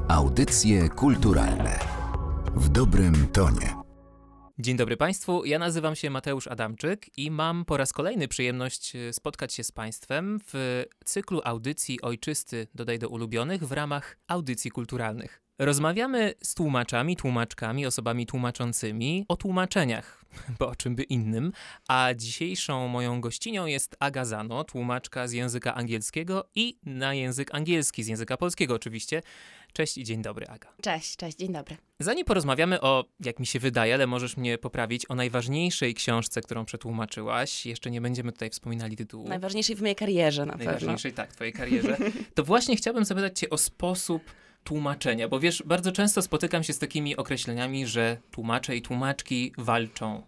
Audycje kulturalne w dobrym tonie. Dzień dobry Państwu, ja nazywam się Mateusz Adamczyk i mam po raz kolejny przyjemność spotkać się z Państwem w cyklu audycji Ojczysty dodaj do ulubionych w ramach audycji kulturalnych. Rozmawiamy z tłumaczami, tłumaczkami, osobami tłumaczącymi o tłumaczeniach, bo o czym by innym, a dzisiejszą moją gościnią jest Aga Zano, tłumaczka z języka angielskiego i na język angielski, z języka polskiego oczywiście. Cześć i dzień dobry, Aga. Cześć, dzień dobry. Zanim porozmawiamy o, jak mi się wydaje, ale możesz mnie poprawić, o najważniejszej książce, którą przetłumaczyłaś, jeszcze nie będziemy tutaj wspominali tytułu. Najważniejszej w mojej karierze na pewno. Najważniejszej, tak, w twojej karierze. To właśnie chciałbym zapytać cię o sposób tłumaczenia, bo wiesz, bardzo często spotykam się z takimi określeniami, że tłumacze i tłumaczki walczą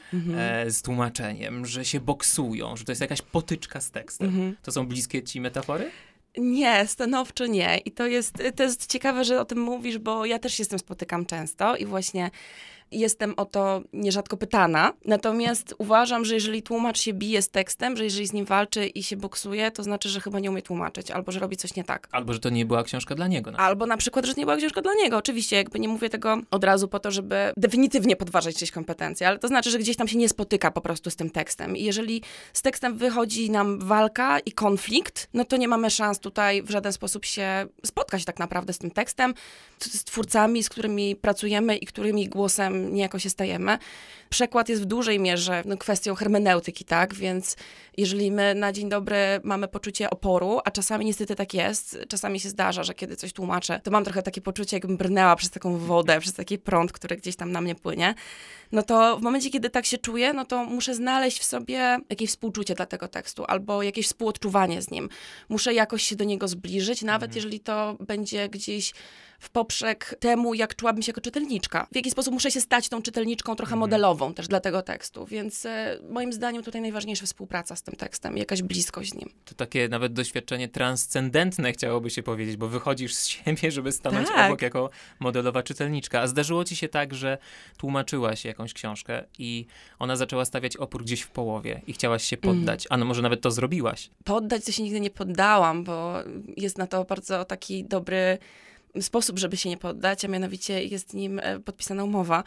z tłumaczeniem, że się boksują, że to jest jakaś potyczka z tekstem. To są bliskie ci metafory? Nie, stanowczo nie. I to jest ciekawe, że o tym mówisz, bo ja też się z tym spotykam często i właśnie jestem o to nierzadko pytana. Natomiast uważam, że jeżeli tłumacz się bije z tekstem, że jeżeli z nim walczy i się boksuje, to znaczy, że chyba nie umie tłumaczyć, albo że robi coś nie tak. Albo, że to nie była książka dla niego. Albo na przykład, że to nie była książka dla niego. Oczywiście, jakby nie mówię tego od razu po to, żeby definitywnie podważać czyjeś kompetencje, ale to znaczy, że gdzieś tam się nie spotyka po prostu z tym tekstem. I jeżeli z tekstem wychodzi nam walka i konflikt, no to nie mamy szans tutaj w żaden sposób się spotkać tak naprawdę z tym tekstem, z twórcami, z którymi pracujemy i którymi głosem niejako się stajemy. Przekład jest w dużej mierze kwestią hermeneutyki, tak? Więc jeżeli my na dzień dobry mamy poczucie oporu, a czasami niestety tak jest, czasami się zdarza, że kiedy coś tłumaczę, to mam trochę takie poczucie, jakbym brnęła przez taką wodę, przez taki prąd, który gdzieś tam na mnie płynie, no to w momencie, kiedy tak się czuję, no to muszę znaleźć w sobie jakieś współczucie dla tego tekstu, albo jakieś współodczuwanie z nim. Muszę jakoś się do niego zbliżyć, nawet jeżeli to będzie gdzieś w poprzek temu, jak czułabym się jako czytelniczka. W jaki sposób muszę się stać tą czytelniczką trochę modelową też dla tego tekstu, więc moim zdaniem tutaj najważniejsza współpraca z tym tekstem, jakaś bliskość z nim. To takie nawet doświadczenie transcendentne chciałoby się powiedzieć, bo wychodzisz z siebie, żeby stanąć obok jako modelowa czytelniczka. A zdarzyło ci się tak, że tłumaczyłaś jakąś książkę i ona zaczęła stawiać opór gdzieś w połowie i chciałaś się poddać, a no może nawet to zrobiłaś. Poddać to się nigdy nie poddałam, bo jest na to bardzo taki dobry sposób, żeby się nie poddać, a mianowicie jest nim podpisana umowa.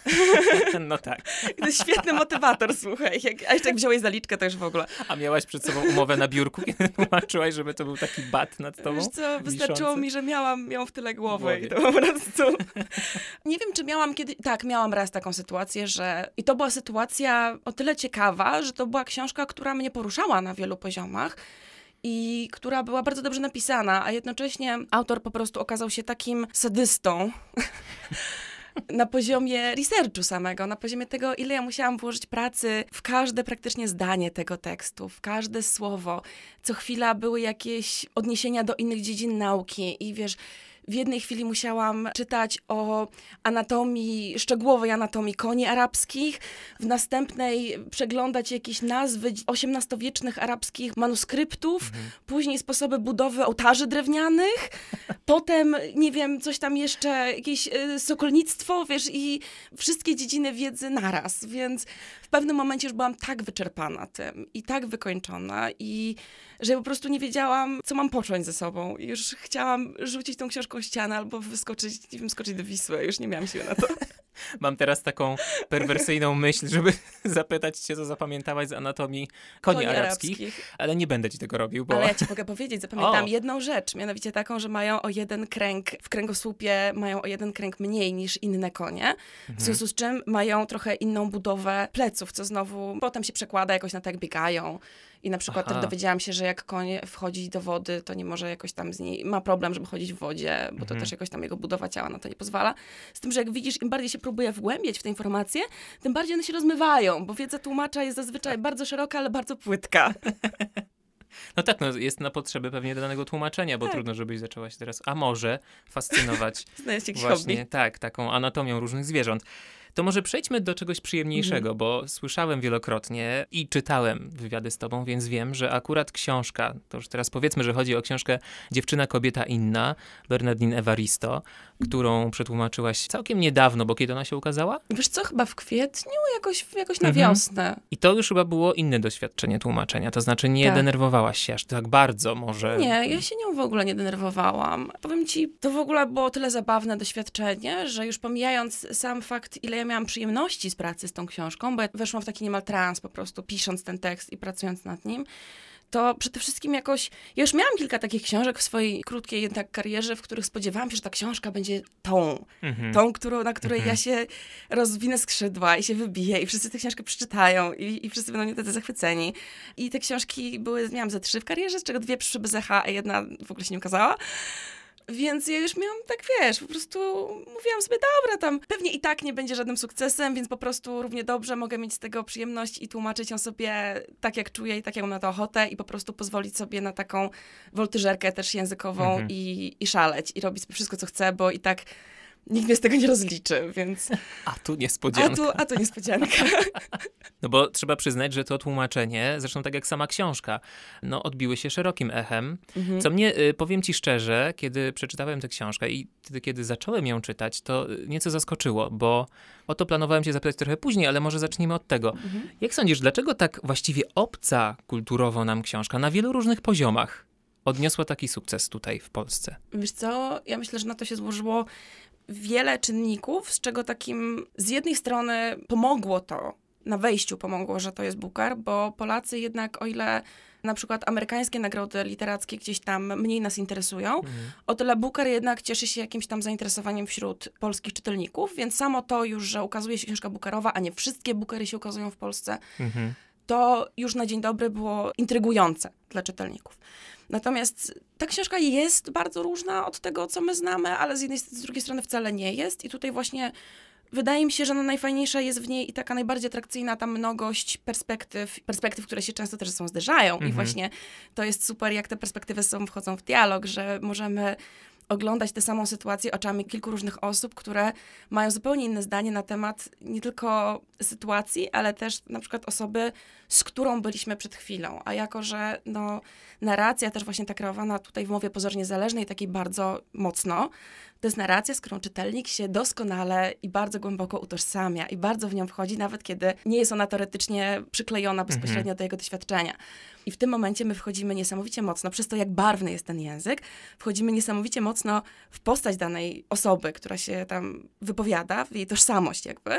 No tak. To jest świetny motywator, słuchaj. A jeszcze jak wziąłeś zaliczkę, to już w ogóle. A miałaś przed sobą umowę na biurku, kiedy tłumaczyłaś, żeby to był taki bat nad tobą? Wiesz co, wystarczyło wiszący? mi, że miałam w tyle głowy i to po prostu... Nie wiem, czy miałam kiedyś... Tak, miałam raz taką sytuację, że... I to była sytuacja o tyle ciekawa, że to była książka, która mnie poruszała na wielu poziomach i która była bardzo dobrze napisana, a jednocześnie autor po prostu okazał się takim sadystą na poziomie researchu samego, na poziomie tego, ile ja musiałam włożyć pracy w każde praktycznie zdanie tego tekstu, w każde słowo. Co chwila były jakieś odniesienia do innych dziedzin nauki i wiesz, w jednej chwili musiałam czytać o szczegółowej anatomii koni arabskich, w następnej przeglądać jakieś nazwy XVIII-wiecznych arabskich manuskryptów, później sposoby budowy ołtarzy drewnianych, potem, nie wiem, coś tam jeszcze, jakieś sokolnictwo, wiesz, i wszystkie dziedziny wiedzy naraz, więc w pewnym momencie już byłam tak wyczerpana tym i tak wykończona i że po prostu nie wiedziałam, co mam począć ze sobą. I już chciałam rzucić tą książką o ścianę albo wyskoczyć, nie wiem, skoczyć do Wisły. Już nie miałam siły na to. Mam teraz taką perwersyjną myśl, żeby zapytać cię, co zapamiętałaś z anatomii koni arabskich, ale nie będę ci tego robił, bo... Ale ja ci mogę powiedzieć, zapamiętałam jedną rzecz, mianowicie taką, że mają o jeden kręg, w kręgosłupie mają o jeden kręg mniej niż inne konie, w związku z czym mają trochę inną budowę pleców, co znowu potem się przekłada jakoś na to, jak biegają. I na przykład też dowiedziałam się, że jak koń wchodzi do wody, to nie może jakoś tam z niej, ma problem, żeby chodzić w wodzie, bo to też jakoś tam jego budowa ciała na to nie pozwala. Z tym, że jak widzisz, im bardziej się próbuje wgłębiać w te informacje, tym bardziej one się rozmywają, bo wiedza tłumacza jest zazwyczaj bardzo szeroka, ale bardzo płytka. No tak, no jest na potrzeby pewnie danego tłumaczenia, bo trudno, żebyś zaczęła się teraz, a może fascynować Znaleźć jakiś właśnie, hobby. tak, taką anatomią różnych zwierząt. To może przejdźmy do czegoś przyjemniejszego, bo słyszałem wielokrotnie i czytałem wywiady z tobą, więc wiem, że akurat książka, to już teraz powiedzmy, że chodzi o książkę Dziewczyna, kobieta inna, Bernardine Evaristo, którą przetłumaczyłaś całkiem niedawno, bo kiedy ona się ukazała? Wiesz co, chyba w kwietniu, jakoś na wiosnę. I to już chyba było inne doświadczenie tłumaczenia, to znaczy nie denerwowałaś się aż tak bardzo może? Nie, ja się nią w ogóle nie denerwowałam. Powiem ci, to w ogóle było tyle zabawne doświadczenie, że już pomijając sam fakt, ile ja miałam przyjemności z pracy z tą książką, bo ja weszłam w taki niemal trans po prostu, pisząc ten tekst i pracując nad nim, to przede wszystkim jakoś... Ja już miałam kilka takich książek w swojej krótkiej jednak karierze, w których spodziewałam się, że ta książka będzie tą, na której ja się rozwinę skrzydła i się wybiję i wszyscy tę książkę przeczytają i wszyscy będą tacy zachwyceni. I te książki miałam ze 3 w karierze, z czego 2 przyszły bez echa, a 1 w ogóle się nie ukazała. Więc ja już miałam tak, wiesz, po prostu mówiłam sobie, dobra, tam pewnie i tak nie będzie żadnym sukcesem, więc po prostu równie dobrze mogę mieć z tego przyjemność i tłumaczyć ją sobie tak, jak czuję i tak, jak mam na to ochotę i po prostu pozwolić sobie na taką woltyżerkę też językową i szaleć i robić sobie wszystko, co chcę, bo i tak nikt mnie z tego nie rozliczy, więc... A tu niespodzianka. A tu niespodzianka. No bo trzeba przyznać, że to tłumaczenie, zresztą tak jak sama książka, no odbiły się szerokim echem, co mnie, powiem ci szczerze, kiedy przeczytałem tę książkę i kiedy zacząłem ją czytać, to nieco zaskoczyło, bo o to planowałem cię zapytać trochę później, ale może zacznijmy od tego. Jak sądzisz, dlaczego tak właściwie obca kulturowo nam książka na wielu różnych poziomach odniosła taki sukces tutaj w Polsce? Wiesz co, ja myślę, że na to się złożyło wiele czynników, z czego takim z jednej strony na wejściu pomogło, że to jest Booker, bo Polacy jednak, o ile na przykład amerykańskie nagrody literackie gdzieś tam mniej nas interesują, o tyle Booker jednak cieszy się jakimś tam zainteresowaniem wśród polskich czytelników, więc samo to już, że ukazuje się książka bookerowa, a nie wszystkie Bookery się ukazują w Polsce, to już na dzień dobry było intrygujące dla czytelników. Natomiast ta książka jest bardzo różna od tego, co my znamy, ale z drugiej strony wcale nie jest. I tutaj właśnie wydaje mi się, że najfajniejsza jest w niej i taka najbardziej atrakcyjna ta mnogość perspektyw, które się często też ze sobą zderzają. I właśnie to jest super, jak te perspektywy ze sobą wchodzą w dialog, że możemy oglądać tę samą sytuację oczami kilku różnych osób, które mają zupełnie inne zdanie na temat nie tylko sytuacji, ale też na przykład osoby, z którą byliśmy przed chwilą. A jako, że narracja też właśnie ta kreowana tutaj w mowie pozornie zależnej, takiej bardzo mocno, to jest narracja, z którą czytelnik się doskonale i bardzo głęboko utożsamia i bardzo w nią wchodzi, nawet kiedy nie jest ona teoretycznie przyklejona bezpośrednio do jego doświadczenia. I w tym momencie my wchodzimy niesamowicie mocno, przez to jak barwny jest ten język, wchodzimy niesamowicie mocno w postać danej osoby, która się tam wypowiada, w jej tożsamość jakby.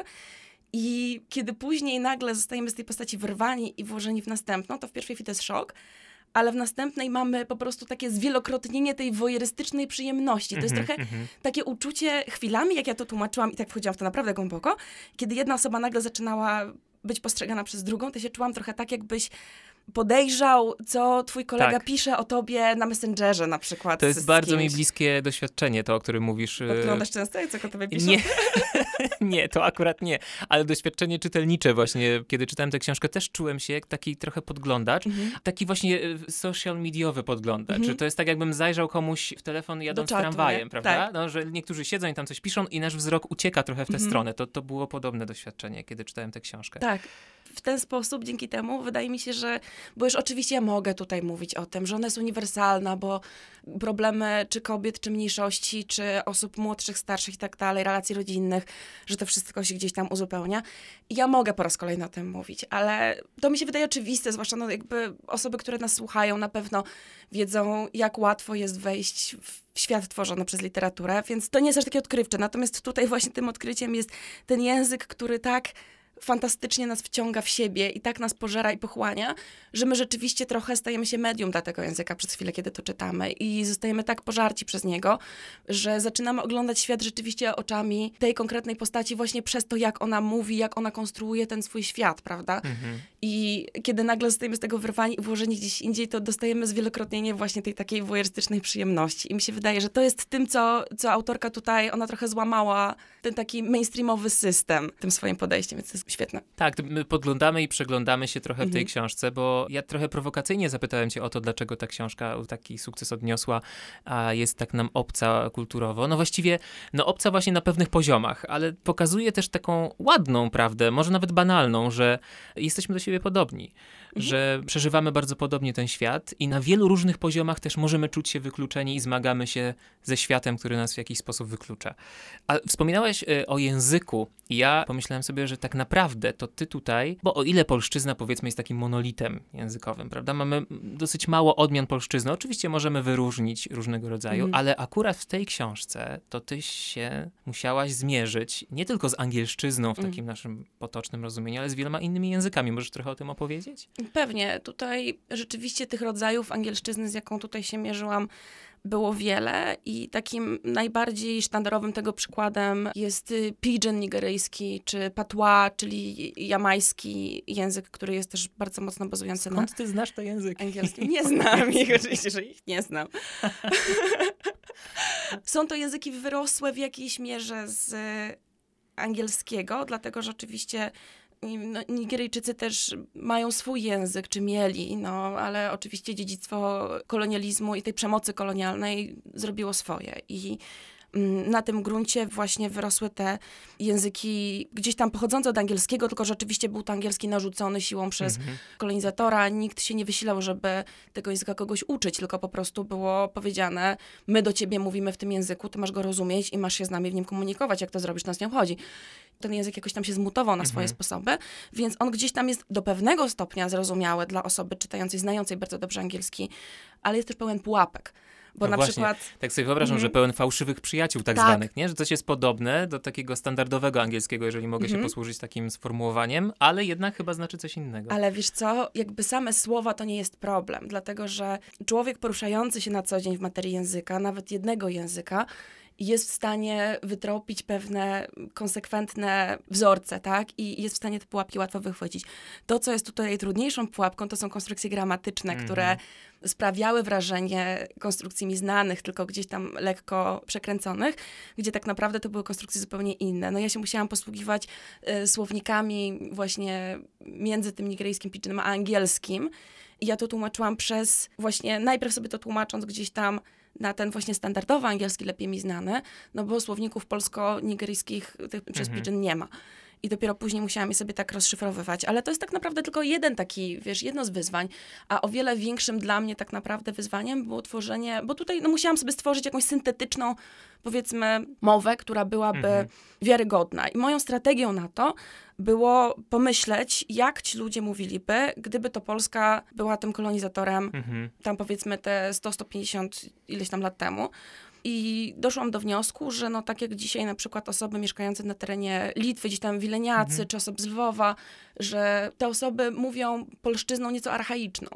I kiedy później nagle zostajemy z tej postaci wyrwani i włożeni w następną, to w pierwszej chwili to jest szok, ale w następnej mamy po prostu takie zwielokrotnienie tej wojerystycznej przyjemności. To jest trochę takie uczucie chwilami, jak ja to tłumaczyłam i tak wchodziłam w to naprawdę głęboko, kiedy jedna osoba nagle zaczynała być postrzegana przez drugą, to się czułam trochę tak, jakbyś podejrzał, co twój kolega pisze o tobie na Messengerze na przykład. To jest bardzo mi bliskie doświadczenie, to o którym mówisz. Podglądasz często i co o tobie piszą? Nie, to akurat nie. Ale doświadczenie czytelnicze właśnie, kiedy czytałem tę książkę, też czułem się jak taki trochę podglądacz. Taki właśnie social mediowy podglądacz. To jest tak, jakbym zajrzał komuś w telefon jadąc tramwajem, prawda? Tak. No, że niektórzy siedzą i tam coś piszą i nasz wzrok ucieka trochę w tę stronę. To było podobne doświadczenie, kiedy czytałem tę książkę. Tak. W ten sposób, dzięki temu, wydaje mi się, że, bo już oczywiście ja mogę tutaj mówić o tym, że ona jest uniwersalna, bo problemy czy kobiet, czy mniejszości, czy osób młodszych, starszych i tak dalej, relacji rodzinnych, że to wszystko się gdzieś tam uzupełnia. I ja mogę po raz kolejny o tym mówić, ale to mi się wydaje oczywiste, zwłaszcza jakby osoby, które nas słuchają, na pewno wiedzą, jak łatwo jest wejść w świat tworzony przez literaturę, więc to nie jest aż takie odkrywcze. Natomiast tutaj właśnie tym odkryciem jest ten język, który tak fantastycznie nas wciąga w siebie i tak nas pożera i pochłania, że my rzeczywiście trochę stajemy się medium dla tego języka przez chwilę, kiedy to czytamy i zostajemy tak pożarci przez niego, że zaczynamy oglądać świat rzeczywiście oczami tej konkretnej postaci właśnie przez to, jak ona mówi, jak ona konstruuje ten swój świat, prawda? I kiedy nagle zostajemy z tego wyrwani i włożeni gdzieś indziej, to dostajemy zwielokrotnienie właśnie tej takiej wojerystycznej przyjemności. I mi się wydaje, że to jest tym, co autorka tutaj, ona trochę złamała ten taki mainstreamowy system tym swoim podejściem, więc to jest świetne. Tak, my podglądamy i przeglądamy się trochę w tej książce, bo ja trochę prowokacyjnie zapytałem cię o to, dlaczego ta książka taki sukces odniosła, a jest tak nam obca kulturowo. No właściwie, obca właśnie na pewnych poziomach, ale pokazuje też taką ładną prawdę, może nawet banalną, że jesteśmy do siebie podobni, że przeżywamy bardzo podobnie ten świat i na wielu różnych poziomach też możemy czuć się wykluczeni i zmagamy się ze światem, który nas w jakiś sposób wyklucza. A wspominałeś o języku i ja pomyślałem sobie, że tak naprawdę to ty tutaj, bo o ile polszczyzna powiedzmy jest takim monolitem językowym, prawda? Mamy dosyć mało odmian polszczyzny. Oczywiście możemy wyróżnić różnego rodzaju, ale akurat w tej książce to ty się musiałaś zmierzyć nie tylko z angielszczyzną w takim naszym potocznym rozumieniu, ale z wieloma innymi językami. Możesz trochę o tym opowiedzieć? Pewnie. Tutaj rzeczywiście tych rodzajów angielszczyzny, z jaką tutaj się mierzyłam, było wiele i takim najbardziej sztandarowym tego przykładem jest pidgin nigeryjski, czy patois, czyli jamajski język, który jest też bardzo mocno bazujący Skąd ty znasz te języki? angielskim. Nie znam ich, oczywiście, że ich nie znam. Są to języki wyrosłe w jakiejś mierze z angielskiego, dlatego że oczywiście Nigeryjczycy też mają swój język, czy mieli, ale oczywiście dziedzictwo kolonializmu i tej przemocy kolonialnej zrobiło swoje. I na tym gruncie właśnie wyrosły te języki gdzieś tam pochodzące od angielskiego, tylko że oczywiście był to angielski narzucony siłą przez kolonizatora. Nikt się nie wysilał, żeby tego języka kogoś uczyć, tylko po prostu było powiedziane, my do ciebie mówimy w tym języku, ty masz go rozumieć i masz się z nami w nim komunikować. Jak to zrobisz, nas nie obchodzi. Ten język jakoś tam się zmutował na swoje sposoby, więc on gdzieś tam jest do pewnego stopnia zrozumiały dla osoby czytającej, znającej bardzo dobrze angielski, ale jest też pełen pułapek. Bo na przykład... Tak sobie wyobrażam, że pełen fałszywych przyjaciół tak zwanych, nie? Że coś jest podobne do takiego standardowego angielskiego, jeżeli mogę się posłużyć takim sformułowaniem, ale jednak chyba znaczy coś innego. Ale wiesz co, jakby same słowa to nie jest problem, dlatego że człowiek poruszający się na co dzień w materii języka, nawet jednego języka, jest w stanie wytropić pewne konsekwentne wzorce, tak? I jest w stanie te pułapki łatwo wychwycić. To, co jest tutaj trudniejszą pułapką, to są konstrukcje gramatyczne, które sprawiały wrażenie konstrukcji mi znanych, tylko gdzieś tam lekko przekręconych, gdzie tak naprawdę to były konstrukcje zupełnie inne. No ja się musiałam posługiwać słownikami właśnie między tym nigeryjskim pidginem a angielskim. I ja to tłumaczyłam właśnie, najpierw sobie to tłumacząc gdzieś tam na ten właśnie standardowy angielski, lepiej mi znany, bo słowników polsko-nigeryjskich przez pidgin nie ma. I dopiero później musiałam je sobie tak rozszyfrowywać. Ale to jest tak naprawdę tylko jeden taki, jedno z wyzwań. A o wiele większym dla mnie tak naprawdę wyzwaniem było tworzenie, bo tutaj musiałam sobie stworzyć jakąś syntetyczną, powiedzmy, mowę, która byłaby wiarygodna. I moją strategią na to było pomyśleć, jak ci ludzie mówiliby, gdyby to Polska była tym kolonizatorem, tam powiedzmy te 100-150 ileś tam lat temu. I doszłam do wniosku, że tak jak dzisiaj na przykład osoby mieszkające na terenie Litwy, gdzieś tam Wileniacy, czy osoby z Lwowa, że te osoby mówią polszczyzną nieco archaiczną.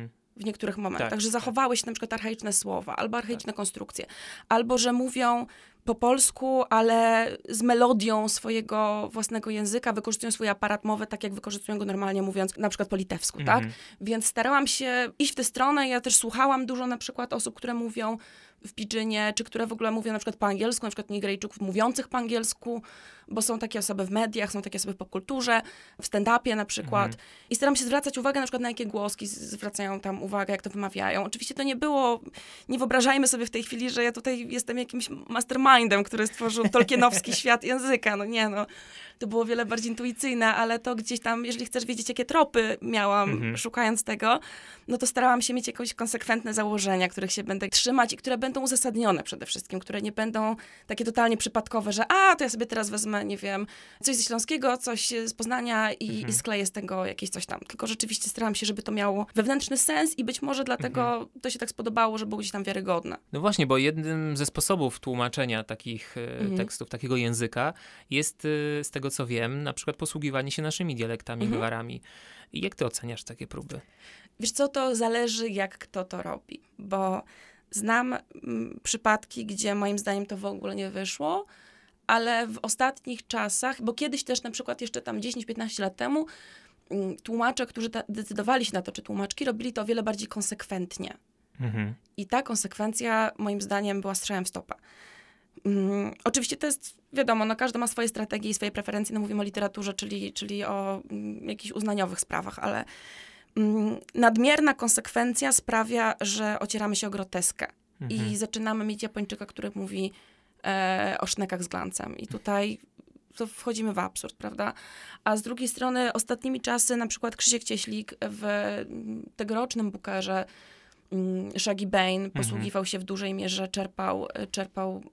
W niektórych momentach, że zachowały się na przykład archaiczne słowa, albo archaiczne konstrukcje, albo że mówią po polsku, ale z melodią swojego własnego języka, wykorzystują swój aparat mowy tak, jak wykorzystują go normalnie mówiąc na przykład po litewsku, tak? Więc starałam się iść w tę stronę. Ja też słuchałam dużo na przykład osób, które mówią w pidginie, czy które w ogóle mówią na przykład po angielsku, na przykład Nigeryjczyków mówiących po angielsku, bo są takie osoby w mediach, są takie osoby w popkulturze, w stand-upie na przykład. I staram się zwracać uwagę na przykład na jakie głoski zwracają tam uwagę, jak to wymawiają. Oczywiście to nie wyobrażajmy sobie w tej chwili, że ja tutaj jestem jakimś mastermindem, który stworzył tolkienowski świat języka. To było wiele bardziej intuicyjne, ale to gdzieś tam, jeżeli chcesz wiedzieć, jakie tropy miałam szukając tego, to starałam się mieć jakieś konsekwentne założenia, których się będę trzymać i które będą uzasadnione przede wszystkim, które nie będą takie totalnie przypadkowe, że to ja sobie teraz wezmę, nie wiem, coś ze Śląskiego, coś z Poznania i skleję z tego jakieś coś tam. Tylko rzeczywiście starałam się, żeby to miało wewnętrzny sens i być może dlatego to się tak spodobało, że było gdzieś tam wiarygodne. No właśnie, bo jednym ze sposobów tłumaczenia takich tekstów, takiego języka jest z tego, co wiem, na przykład posługiwanie się naszymi dialektami, gwarami. I jak ty oceniasz takie próby? Wiesz co, to zależy, jak kto to robi, bo znam przypadki, gdzie moim zdaniem to w ogóle nie wyszło, ale w ostatnich czasach, bo kiedyś też na przykład jeszcze tam 10-15 lat temu tłumacze, którzy decydowali się na to, czy tłumaczki, robili to o wiele bardziej konsekwentnie. I ta konsekwencja moim zdaniem była strzałem w stopę. Oczywiście to jest, wiadomo, no każdy ma swoje strategie i swoje preferencje, no mówimy o literaturze, czyli o jakichś uznaniowych sprawach, ale nadmierna konsekwencja sprawia, że ocieramy się o groteskę i zaczynamy mieć Japończyka, który mówi o sznekach z glancem i tutaj to wchodzimy w absurd, prawda? A z drugiej strony ostatnimi czasy na przykład Krzysiek Cieślik w tegorocznym Bookerze Shaggy Bane posługiwał się w dużej mierze, czerpał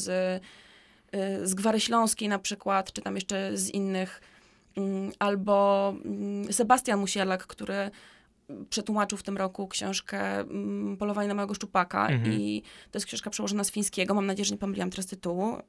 z Gwary Śląskiej na przykład, czy tam jeszcze z innych, albo Sebastian Musielak, który przetłumaczył w tym roku książkę Polowanie na małego szczupaka i to jest książka przełożona z fińskiego, mam nadzieję, że nie pomyliłam teraz tytułu.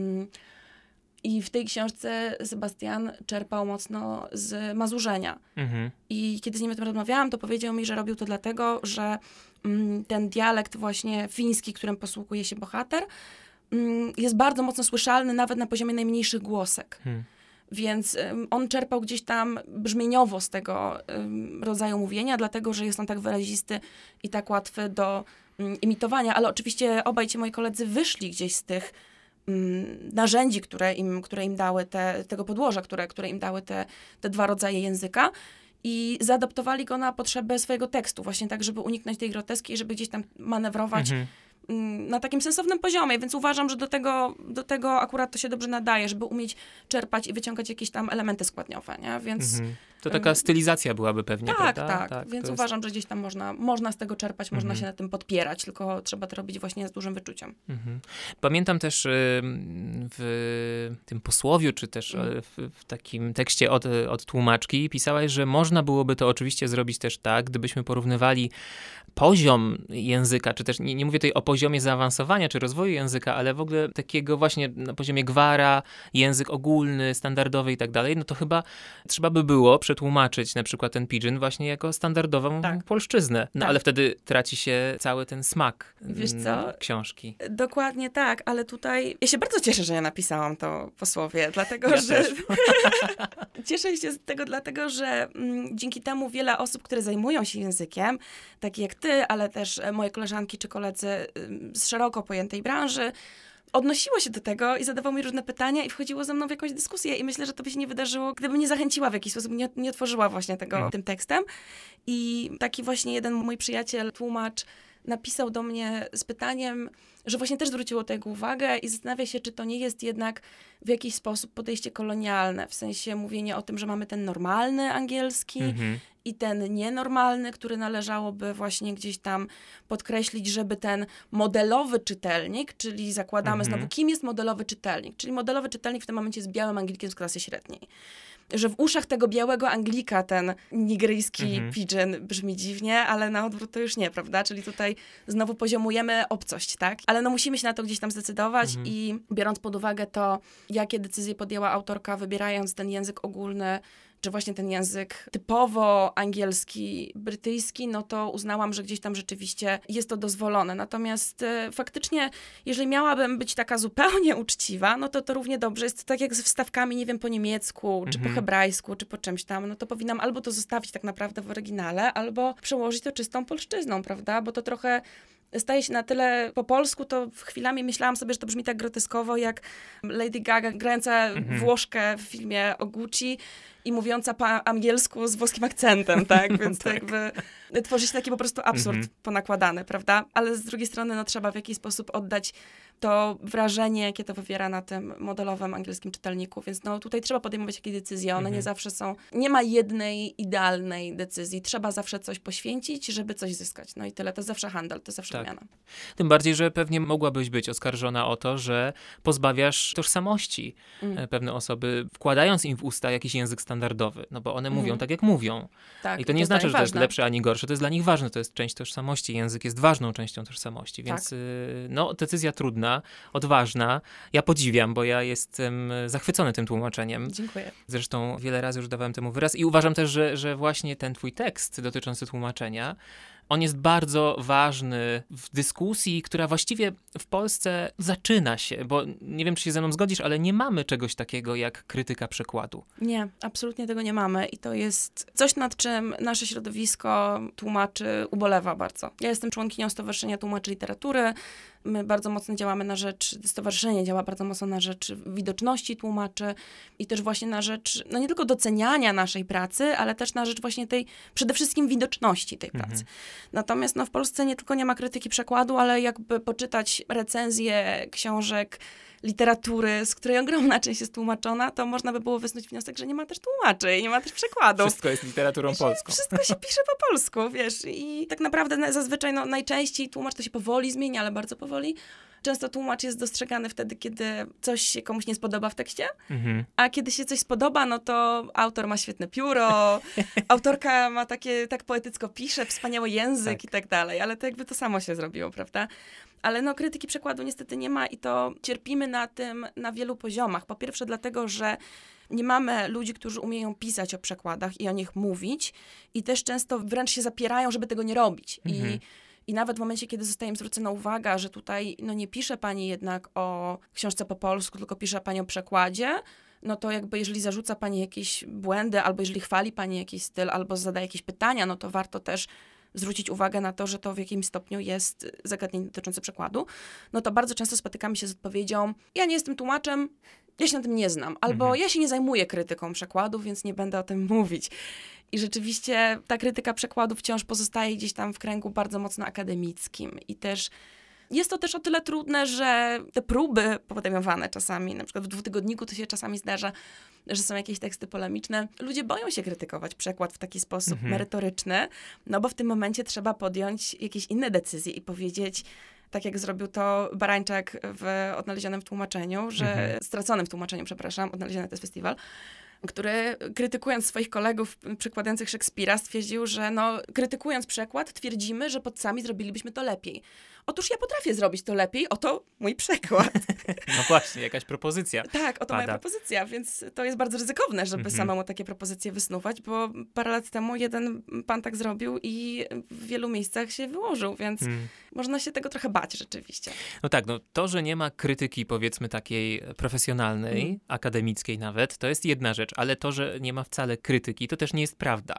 I w tej książce Sebastian czerpał mocno z Mazurzenia. I kiedy z nim o tym rozmawiałam, to powiedział mi, że robił to dlatego, że ten dialekt właśnie fiński, którym posługuje się bohater, jest bardzo mocno słyszalny nawet na poziomie najmniejszych głosek. Więc on czerpał gdzieś tam brzmieniowo z tego rodzaju mówienia, dlatego, że jest on tak wyrazisty i tak łatwy do imitowania. Ale oczywiście obaj ci moi koledzy wyszli gdzieś z tych narzędzi, które im dały tego podłoża, które im dały te dwa rodzaje języka i zaadaptowali go na potrzeby swojego tekstu, właśnie tak, żeby uniknąć tej groteski i żeby gdzieś tam manewrować na takim sensownym poziomie, więc uważam, że do tego akurat to się dobrze nadaje, żeby umieć czerpać i wyciągać jakieś tam elementy składniowe, nie? Więc to taka stylizacja byłaby pewnie, prawda? Tak. Więc uważam, że gdzieś tam można z tego czerpać, można się na tym podpierać, tylko trzeba to robić właśnie z dużym wyczuciem. Pamiętam też w tym posłowiu, czy też w takim tekście od tłumaczki pisałaś, że można byłoby to oczywiście zrobić też tak, gdybyśmy porównywali poziom języka, czy też nie mówię tutaj o poziomie zaawansowania, czy rozwoju języka, ale w ogóle takiego właśnie na poziomie gwara, język ogólny, standardowy i tak dalej, no to chyba trzeba by było przetłumaczyć na przykład ten pidgin właśnie jako standardową polszczyznę. No ale wtedy traci się cały ten smak książki. Dokładnie tak, ale tutaj ja się bardzo cieszę, że ja napisałam to posłowie, dlatego że cieszę się z tego, dlatego że dzięki temu wiele osób, które zajmują się językiem, takie jak ty, ale też moje koleżanki czy koledzy z szeroko pojętej branży, odnosiło się do tego i zadawało mi różne pytania i wchodziło ze mną w jakąś dyskusję i myślę, że to by się nie wydarzyło, gdybym nie zachęciła w jakiś sposób, nie otworzyła właśnie tego tym tekstem. I taki właśnie jeden mój przyjaciel, tłumacz, napisał do mnie z pytaniem, że właśnie też zwróciło tego uwagę i zastanawia się, czy to nie jest jednak w jakiś sposób podejście kolonialne, w sensie mówienie o tym, że mamy ten normalny angielski i ten nienormalny, który należałoby właśnie gdzieś tam podkreślić, żeby ten modelowy czytelnik, czyli zakładamy znowu, kim jest modelowy czytelnik, czyli modelowy czytelnik w tym momencie jest białym Anglikiem z klasy średniej. Że w uszach tego białego Anglika ten nigryjski pidgin brzmi dziwnie, ale na odwrót to już nie, prawda? Czyli tutaj znowu poziomujemy obcość, tak? Ale no musimy się na to gdzieś tam zdecydować i biorąc pod uwagę to, jakie decyzje podjęła autorka, wybierając ten język ogólny, czy właśnie ten język typowo angielski, brytyjski, no to uznałam, że gdzieś tam rzeczywiście jest to dozwolone. Natomiast faktycznie, jeżeli miałabym być taka zupełnie uczciwa, no to równie dobrze jest tak jak z wstawkami, nie wiem, po niemiecku, czy po hebrajsku, czy po czymś tam, no to powinnam albo to zostawić tak naprawdę w oryginale, albo przełożyć to czystą polszczyzną, prawda? Bo to trochę staje się na tyle po polsku, to chwilami myślałam sobie, że to brzmi tak groteskowo, jak Lady Gaga grająca Włoszkę w filmie o Gucci i mówiąca po angielsku z włoskim akcentem, tak? Więc to jakby tworzy się taki po prostu absurd ponakładany, prawda? Ale z drugiej strony no, trzeba w jakiś sposób oddać to wrażenie, jakie to wywiera na tym modelowym angielskim czytelniku. Więc no, tutaj trzeba podejmować jakieś decyzje. One nie zawsze są... Nie ma jednej idealnej decyzji. Trzeba zawsze coś poświęcić, żeby coś zyskać. No i tyle. To jest zawsze handel, to jest zawsze wymiana. Tym bardziej, że pewnie mogłabyś być oskarżona o to, że pozbawiasz tożsamości pewne osoby, wkładając im w usta jakiś język standardowy. No bo one mówią tak, jak mówią. Tak, i to nie znaczy, że to jest lepsze ani gorsze. To jest dla nich ważne. To jest część tożsamości. Język jest ważną częścią tożsamości. Więc no, decyzja trudna, odważna. Ja podziwiam, bo ja jestem zachwycony tym tłumaczeniem. Dziękuję. Zresztą wiele razy już dawałem temu wyraz i uważam też, że właśnie ten twój tekst dotyczący tłumaczenia, on jest bardzo ważny w dyskusji, która właściwie w Polsce zaczyna się, bo nie wiem, czy się ze mną zgodzisz, ale nie mamy czegoś takiego jak krytyka przekładu. Nie, absolutnie tego nie mamy i to jest coś, nad czym nasze środowisko tłumaczy ubolewa bardzo. Ja jestem członkinią Stowarzyszenia Tłumaczy Literatury. My bardzo mocno działamy na rzecz, stowarzyszenie działa bardzo mocno na rzecz widoczności tłumaczy i też właśnie na rzecz, no nie tylko doceniania naszej pracy, ale też na rzecz właśnie tej, przede wszystkim widoczności tej pracy. Natomiast no w Polsce nie tylko nie ma krytyki przekładu, ale jakby poczytać recenzje książek, literatury, z której ogromna część jest tłumaczona, to można by było wysnuć wniosek, że nie ma też tłumaczy i nie ma też przekładów. Wszystko jest literaturą polską. Wszystko się pisze po polsku, wiesz. I tak naprawdę zazwyczaj, no najczęściej tłumacz to się powoli zmienia, ale bardzo powoli. Często tłumacz jest dostrzegany wtedy, kiedy coś się komuś nie spodoba w tekście, a kiedy się coś spodoba, no to autor ma świetne pióro, autorka ma tak poetycko pisze, wspaniały język i tak dalej, ale to jakby to samo się zrobiło, prawda? Ale no krytyki przekładu niestety nie ma i to cierpimy na tym na wielu poziomach. Po pierwsze dlatego, że nie mamy ludzi, którzy umieją pisać o przekładach i o nich mówić i też często wręcz się zapierają, żeby tego nie robić. I nawet w momencie, kiedy zostaje im zwrócona uwaga, że tutaj no nie pisze pani jednak o książce po polsku, tylko pisze pani o przekładzie, no to jakby jeżeli zarzuca pani jakieś błędy, albo jeżeli chwali pani jakiś styl, albo zadaje jakieś pytania, no to warto też zwrócić uwagę na to, że to w jakimś stopniu jest zagadnienie dotyczące przekładu, no to bardzo często spotykamy się z odpowiedzią: ja nie jestem tłumaczem, ja się na tym nie znam, albo ja się nie zajmuję krytyką przekładu, więc nie będę o tym mówić. I rzeczywiście ta krytyka przekładu wciąż pozostaje gdzieś tam w kręgu bardzo mocno akademickim i też jest to też o tyle trudne, że te próby podejmowane czasami, na przykład w dwutygodniku to się czasami zdarza, że są jakieś teksty polemiczne. Ludzie boją się krytykować przekład w taki sposób merytoryczny, no bo w tym momencie trzeba podjąć jakieś inne decyzje i powiedzieć, tak jak zrobił to Barańczak w Odnalezionym w tłumaczeniu, Straconym w tłumaczeniu, przepraszam, Odnaleziony to jest festiwal, który krytykując swoich kolegów przekładających Szekspira stwierdził, że no, krytykując przekład twierdzimy, że podcami zrobilibyśmy to lepiej. Otóż ja potrafię zrobić to lepiej, oto mój przekład. No właśnie, jakaś propozycja. Tak, oto moja propozycja, więc to jest bardzo ryzykowne, żeby samemu takie propozycje wysnuwać, bo parę lat temu jeden pan tak zrobił i w wielu miejscach się wyłożył, więc można się tego trochę bać rzeczywiście. No tak, no to, że nie ma krytyki powiedzmy takiej profesjonalnej, akademickiej nawet, to jest jedna rzecz, ale to, że nie ma wcale krytyki, to też nie jest prawda.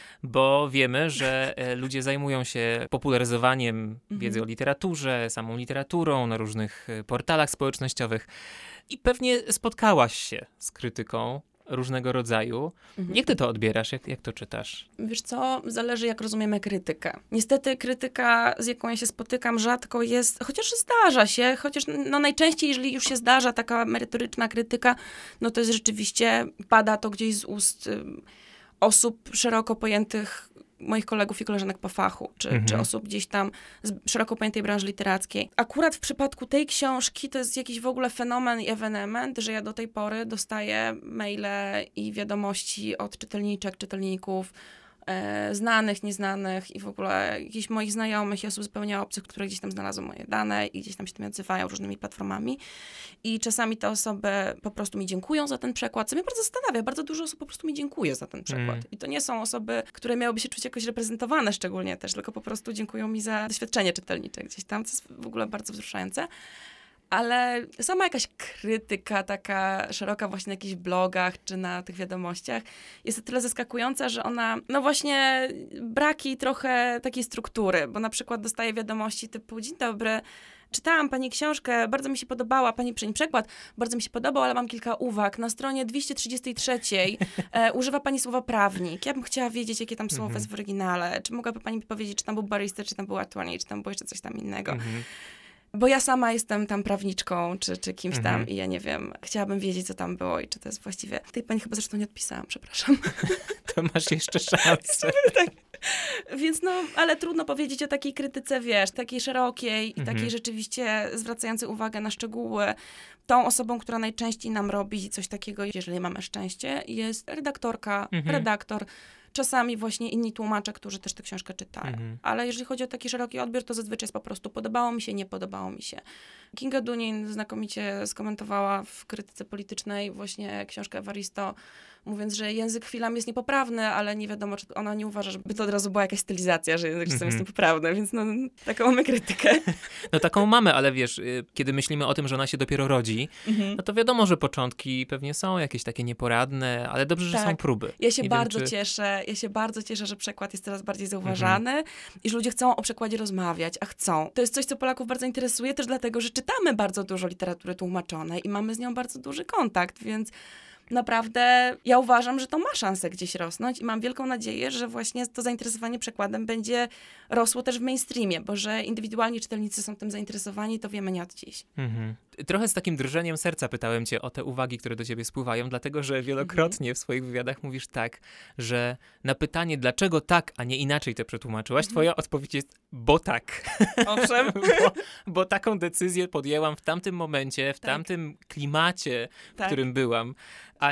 Bo wiemy, że ludzie zajmują się popularyzowaniem wiedzy o literaturze, samą literaturą na różnych portalach społecznościowych i pewnie spotkałaś się z krytyką różnego rodzaju. Jak ty to odbierasz? Jak to czytasz? Wiesz co? Zależy, jak rozumiemy krytykę. Niestety krytyka, z jaką ja się spotykam, rzadko jest, chociaż zdarza się, chociaż no najczęściej, jeżeli już się zdarza taka merytoryczna krytyka, no to jest rzeczywiście, pada to gdzieś z ust osób szeroko pojętych, moich kolegów i koleżanek po fachu, czy osób gdzieś tam z szeroko pojętej branży literackiej. Akurat w przypadku tej książki to jest jakiś w ogóle fenomen i ewenement, że ja do tej pory dostaję maile i wiadomości od czytelniczek, czytelników, znanych, nieznanych i w ogóle jakichś moich znajomych i osób zupełnie obcych, które gdzieś tam znalazły moje dane i gdzieś tam się tym odzywają różnymi platformami. I czasami te osoby po prostu mi dziękują za ten przekład, co mnie bardzo zastanawia. Bardzo dużo osób po prostu mi dziękuję za ten przekład. I to nie są osoby, które miałyby się czuć jakoś reprezentowane szczególnie też, tylko po prostu dziękują mi za doświadczenie czytelnicze gdzieś tam, co jest w ogóle bardzo wzruszające. Ale sama jakaś krytyka taka szeroka właśnie na jakichś blogach czy na tych wiadomościach jest o tyle zaskakująca, że ona, no właśnie braki trochę takiej struktury, bo na przykład dostaję wiadomości typu: dzień dobry, czytałam pani książkę, bardzo mi się podobała, pani przekład, bardzo mi się podobał, ale mam kilka uwag. Na stronie 233 używa pani słowa prawnik. Ja bym chciała wiedzieć, jakie tam słowo jest w oryginale. Czy mogłaby pani mi powiedzieć, czy tam był barrister, czy tam był attorney, czy tam było jeszcze coś tam innego. Bo ja sama jestem tam prawniczką, czy kimś tam i ja nie wiem, chciałabym wiedzieć, co tam było i czy to jest właściwie... Tej pani chyba zresztą nie odpisałam, przepraszam. To masz jeszcze szansę. Tak. Więc no, ale trudno powiedzieć o takiej krytyce, wiesz, takiej szerokiej i takiej rzeczywiście zwracającej uwagę na szczegóły. Tą osobą, która najczęściej nam robi coś takiego, jeżeli mamy szczęście, jest redaktorka, redaktor, czasami właśnie inni tłumacze, którzy też tę książkę czytają. Ale jeżeli chodzi o taki szeroki odbiór, to zazwyczaj jest po prostu podobało mi się, nie podobało mi się. Kinga Dunin znakomicie skomentowała w krytyce politycznej właśnie książkę Evaristo, mówiąc, że język chwilami jest niepoprawny, ale nie wiadomo, czy ona nie uważa, żeby to od razu była jakaś stylizacja, że język czasem jest niepoprawny, więc no taką mamy krytykę. No taką mamy, ale wiesz, kiedy myślimy o tym, że ona się dopiero rodzi, no to wiadomo, że początki pewnie są jakieś takie nieporadne, ale dobrze, że są próby. Ja się bardzo cieszę ja się bardzo cieszę, że przekład jest coraz bardziej zauważany i że ludzie chcą o przekładzie rozmawiać, a chcą. To jest coś, co Polaków bardzo interesuje, też dlatego, że czytamy bardzo dużo literatury tłumaczonej i mamy z nią bardzo duży kontakt, więc naprawdę ja uważam, że to ma szansę gdzieś rosnąć i mam wielką nadzieję, że właśnie to zainteresowanie przekładem będzie rosło też w mainstreamie, bo że indywidualni czytelnicy są tym zainteresowani, to wiemy nie od dziś. Trochę z takim drżeniem serca pytałem cię o te uwagi, które do ciebie spływają, dlatego że wielokrotnie w swoich wywiadach mówisz tak, że na pytanie, dlaczego tak, a nie inaczej to przetłumaczyłaś, twoja odpowiedź jest, bo tak. Owszem. bo taką decyzję podjęłam w tamtym momencie, w tamtym klimacie, w którym byłam, a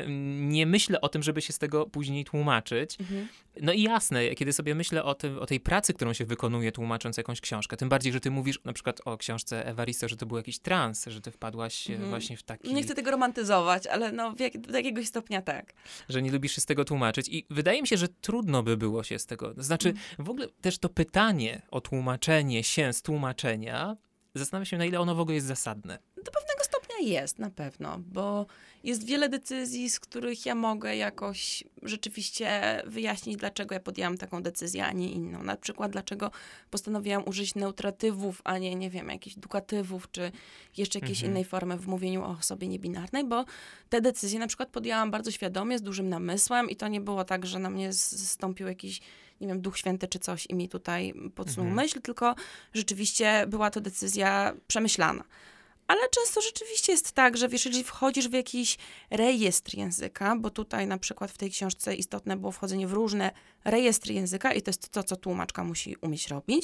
nie myślę o tym, żeby się z tego później tłumaczyć. No i jasne, kiedy sobie myślę o tej pracy, którą się wykonuje tłumacząc jakąś książkę, tym bardziej, że ty mówisz na przykład o książce Evaristo, że to był jakiś trans, że ty wpadłaś właśnie w taki... Nie chcę tego romantyzować, ale no do jakiegoś stopnia tak. Że nie lubisz się z tego tłumaczyć i wydaje mi się, że trudno by było się z tego... Znaczy w ogóle też to pytanie o tłumaczenie się z tłumaczenia, zastanawiam się, na ile ono w ogóle jest zasadne. Do pewnego stopnia jest na pewno, bo jest wiele decyzji, z których ja mogę jakoś rzeczywiście wyjaśnić, dlaczego ja podjęłam taką decyzję, a nie inną. Na przykład, dlaczego postanowiłam użyć neutratywów, a nie wiem, jakichś dukatywów, czy jeszcze jakiejś innej formy w mówieniu o osobie niebinarnej, bo te decyzje na przykład podjęłam bardzo świadomie, z dużym namysłem i to nie było tak, że na mnie zstąpił jakiś, nie wiem, Duch Święty czy coś i mi tutaj podsunął myśl, tylko rzeczywiście była to decyzja przemyślana. Ale często rzeczywiście jest tak, że wiesz, jeżeli wchodzisz w jakiś rejestr języka, bo tutaj na przykład w tej książce istotne było wchodzenie w różne rejestry języka i to jest to, co tłumaczka musi umieć robić,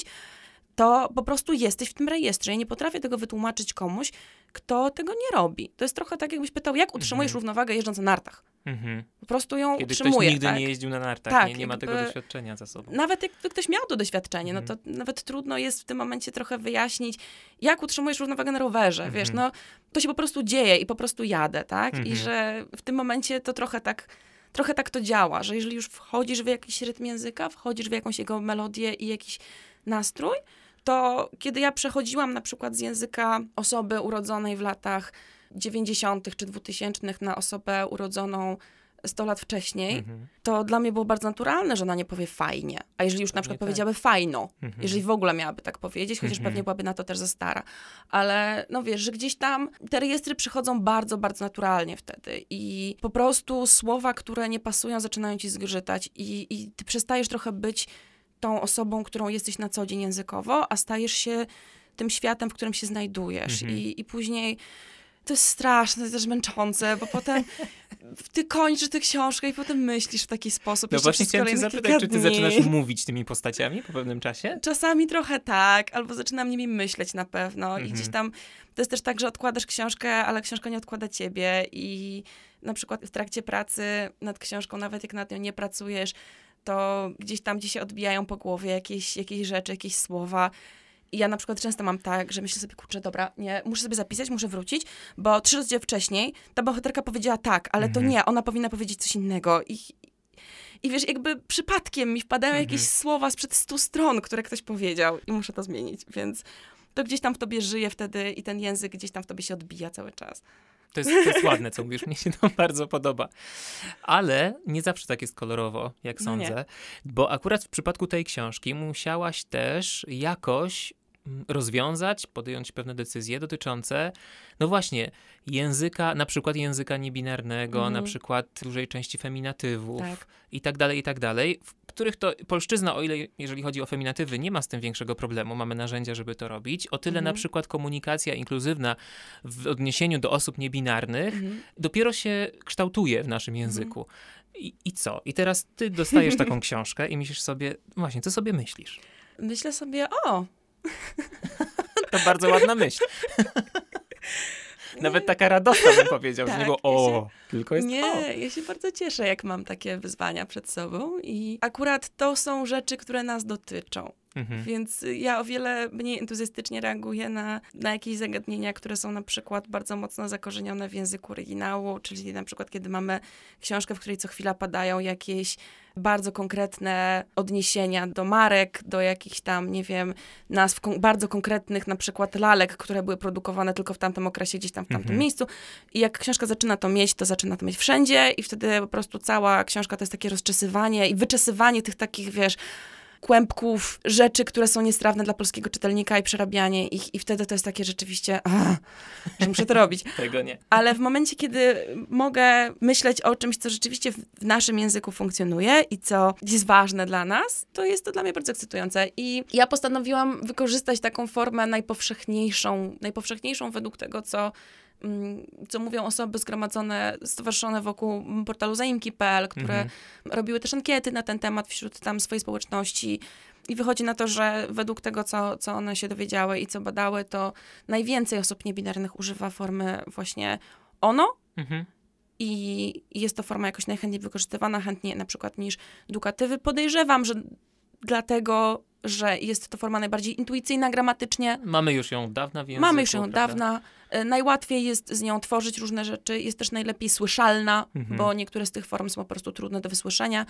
to po prostu jesteś w tym rejestrze. Ja nie potrafię tego wytłumaczyć komuś, kto tego nie robi. To jest trochę tak, jakbyś pytał, jak utrzymujesz równowagę jeżdżąc na nartach? Po prostu ją Kiedy utrzymuje. ktoś nigdy nie jeździł na nartach, tak, nie ma tego doświadczenia za sobą. Nawet jakby ktoś miał to doświadczenie, no to nawet trudno jest w tym momencie trochę wyjaśnić, jak utrzymujesz równowagę na rowerze, wiesz, no to się po prostu dzieje i po prostu jadę, tak? I że w tym momencie to trochę tak to działa, że jeżeli już wchodzisz w jakiś rytm języka, wchodzisz w jakąś jego melodię i jakiś nastrój, to kiedy ja przechodziłam na przykład z języka osoby urodzonej w latach 90. czy 2000 na osobę urodzoną 100 lat wcześniej, to dla mnie było bardzo naturalne, że ona nie powie fajnie. A jeżeli już na przykład powiedziałaby fajno, jeżeli w ogóle miałaby tak powiedzieć, chociaż pewnie byłaby na to też za stara. Ale no wiesz, że gdzieś tam te rejestry przychodzą bardzo, bardzo naturalnie wtedy i po prostu słowa, które nie pasują, zaczynają ci zgrzytać i ty przestajesz trochę być tą osobą, którą jesteś na co dzień językowo, a stajesz się tym światem, w którym się znajdujesz. I później to jest straszne, to jest też męczące, bo potem ty kończysz tę książkę i potem myślisz w taki sposób. No właśnie chciałem cię zapytać, czy ty zaczynasz mówić tymi postaciami po pewnym czasie? Czasami trochę tak, albo zaczynam nimi myśleć na pewno i gdzieś tam to jest też tak, że odkładasz książkę, ale książka nie odkłada ciebie i na przykład w trakcie pracy nad książką, nawet jak nad nią nie pracujesz, to gdzieś tam ci się odbijają po głowie jakieś rzeczy, jakieś słowa. I ja na przykład często mam tak, że myślę sobie, kurczę, dobra, nie, muszę sobie zapisać, muszę wrócić, bo 3 rozdziały wcześniej ta bohaterka powiedziała tak, ale to nie, ona powinna powiedzieć coś innego. I wiesz, jakby przypadkiem mi wpadają jakieś słowa sprzed 100 stron, które ktoś powiedział i muszę to zmienić, więc to gdzieś tam w tobie żyje wtedy i ten język gdzieś tam w tobie się odbija cały czas. To jest ładne, co mówisz, mnie się to bardzo podoba. Ale nie zawsze tak jest kolorowo, jak sądzę, bo akurat w przypadku tej książki musiałaś też jakoś rozwiązać, podjąć pewne decyzje dotyczące, no właśnie, języka, na przykład języka niebinarnego, na przykład dużej części feminatywów i tak dalej, w których to polszczyzna, o ile jeżeli chodzi o feminatywy, nie ma z tym większego problemu, mamy narzędzia, żeby to robić, o tyle na przykład komunikacja inkluzywna w odniesieniu do osób niebinarnych dopiero się kształtuje w naszym języku. I co? I teraz ty dostajesz taką książkę i myślisz sobie, właśnie, co sobie myślisz? Myślę sobie, To bardzo ładna myśl. Nawet taka radosna, bym powiedział, że nie było tylko jest ja się bardzo cieszę, jak mam takie wyzwania przed sobą i akurat to są rzeczy, które nas dotyczą. Więc ja o wiele mniej entuzjastycznie reaguję na jakieś zagadnienia, które są na przykład bardzo mocno zakorzenione w języku oryginału, czyli na przykład kiedy mamy książkę, w której co chwila padają jakieś bardzo konkretne odniesienia do marek, do jakichś tam, nie wiem, nazw bardzo konkretnych, na przykład lalek, które były produkowane tylko w tamtym okresie, gdzieś tam w tamtym miejscu. I jak książka zaczyna to mieć, to zaczyna to mieć wszędzie i wtedy po prostu cała książka to jest takie rozczesywanie i wyczesywanie tych takich, wiesz, kłębków, rzeczy, które są niestrawne dla polskiego czytelnika i przerabianie ich i wtedy to jest takie rzeczywiście, że muszę to robić. Tego nie. Ale w momencie, kiedy mogę myśleć o czymś, co rzeczywiście w naszym języku funkcjonuje i co jest ważne dla nas, to jest to dla mnie bardzo ekscytujące. I ja postanowiłam wykorzystać taką formę najpowszechniejszą według tego, co mówią osoby zgromadzone, stowarzyszone wokół portalu zaimki.pl, które robiły też ankiety na ten temat wśród tam swojej społeczności. I wychodzi na to, że według tego, co one się dowiedziały i co badały, to najwięcej osób niebinarnych używa formy właśnie ono. I jest to forma jakoś najchętniej wykorzystywana, chętnie na przykład niż dukatywy. Podejrzewam, że dlatego, że jest to forma najbardziej intuicyjna gramatycznie. Mamy już ją od dawna w języku. Mamy już ją od prawda? dawna. Najłatwiej jest z nią tworzyć różne rzeczy. Jest też najlepiej słyszalna, bo niektóre z tych form są po prostu trudne do wysłyszenia.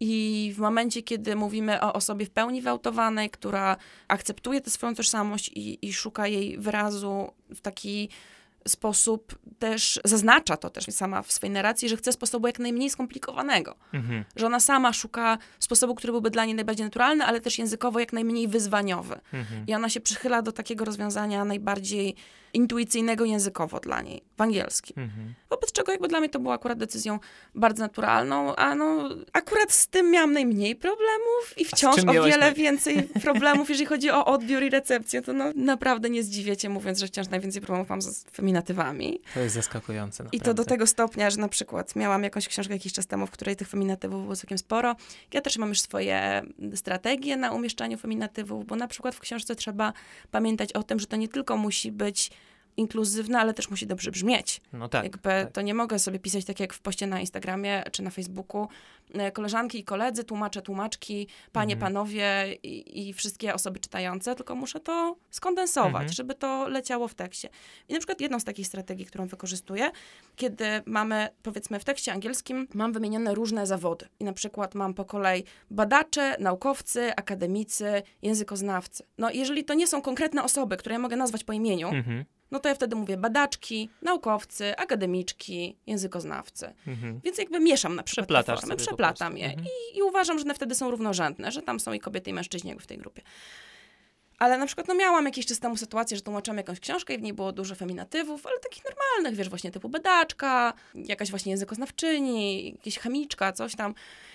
I w momencie, kiedy mówimy o osobie w pełni wyautowanej, która akceptuje tę swoją tożsamość i szuka jej wyrazu w taki sposób, też zaznacza to też sama w swojej narracji, że chce sposobu jak najmniej skomplikowanego. Że ona sama szuka sposobu, który byłby dla niej najbardziej naturalny, ale też językowo jak najmniej wyzwaniowy. I ona się przychyla do takiego rozwiązania najbardziej intuicyjnego językowo dla niej, w angielskim. Wobec czego jakby dla mnie to była akurat decyzją bardzo naturalną, a no akurat z tym miałam najmniej problemów i wciąż o wiele więcej problemów, jeżeli chodzi o odbiór i recepcję, to no naprawdę nie zdziwię cię, mówiąc, że wciąż najwięcej problemów mam z feminatywami. To jest zaskakujące, naprawdę. I to do tego stopnia, że na przykład miałam jakąś książkę jakiś czas temu, w której tych feminatywów było całkiem sporo. Ja też mam już swoje strategie na umieszczaniu feminatywów, bo na przykład w książce trzeba pamiętać o tym, że to nie tylko musi być inkluzywne, ale też musi dobrze brzmieć. No tak. To nie mogę sobie pisać tak jak w poście na Instagramie czy na Facebooku. Koleżanki i koledzy, tłumacze, tłumaczki, panie, panowie i wszystkie osoby czytające, tylko muszę to skondensować, żeby to leciało w tekście. I na przykład jedną z takich strategii, którą wykorzystuję, kiedy mamy, powiedzmy w tekście angielskim, mam wymienione różne zawody. I na przykład mam po kolei badacze, naukowcy, akademicy, językoznawcy. No jeżeli to nie są konkretne osoby, które ja mogę nazwać po imieniu, no to ja wtedy mówię badaczki, naukowcy, akademiczki, językoznawcy. Więc jakby mieszam na przykład te formy, przeplatam je i uważam, że one wtedy są równorzędne, że tam są i kobiety, i mężczyźni jakby w tej grupie. Ale na przykład, no miałam jakiś czas temu sytuację, że tłumaczyłam jakąś książkę i w niej było dużo feminatywów, ale takich normalnych, wiesz, właśnie typu badaczka, jakaś właśnie językoznawczyni, jakaś chemiczka, coś tam.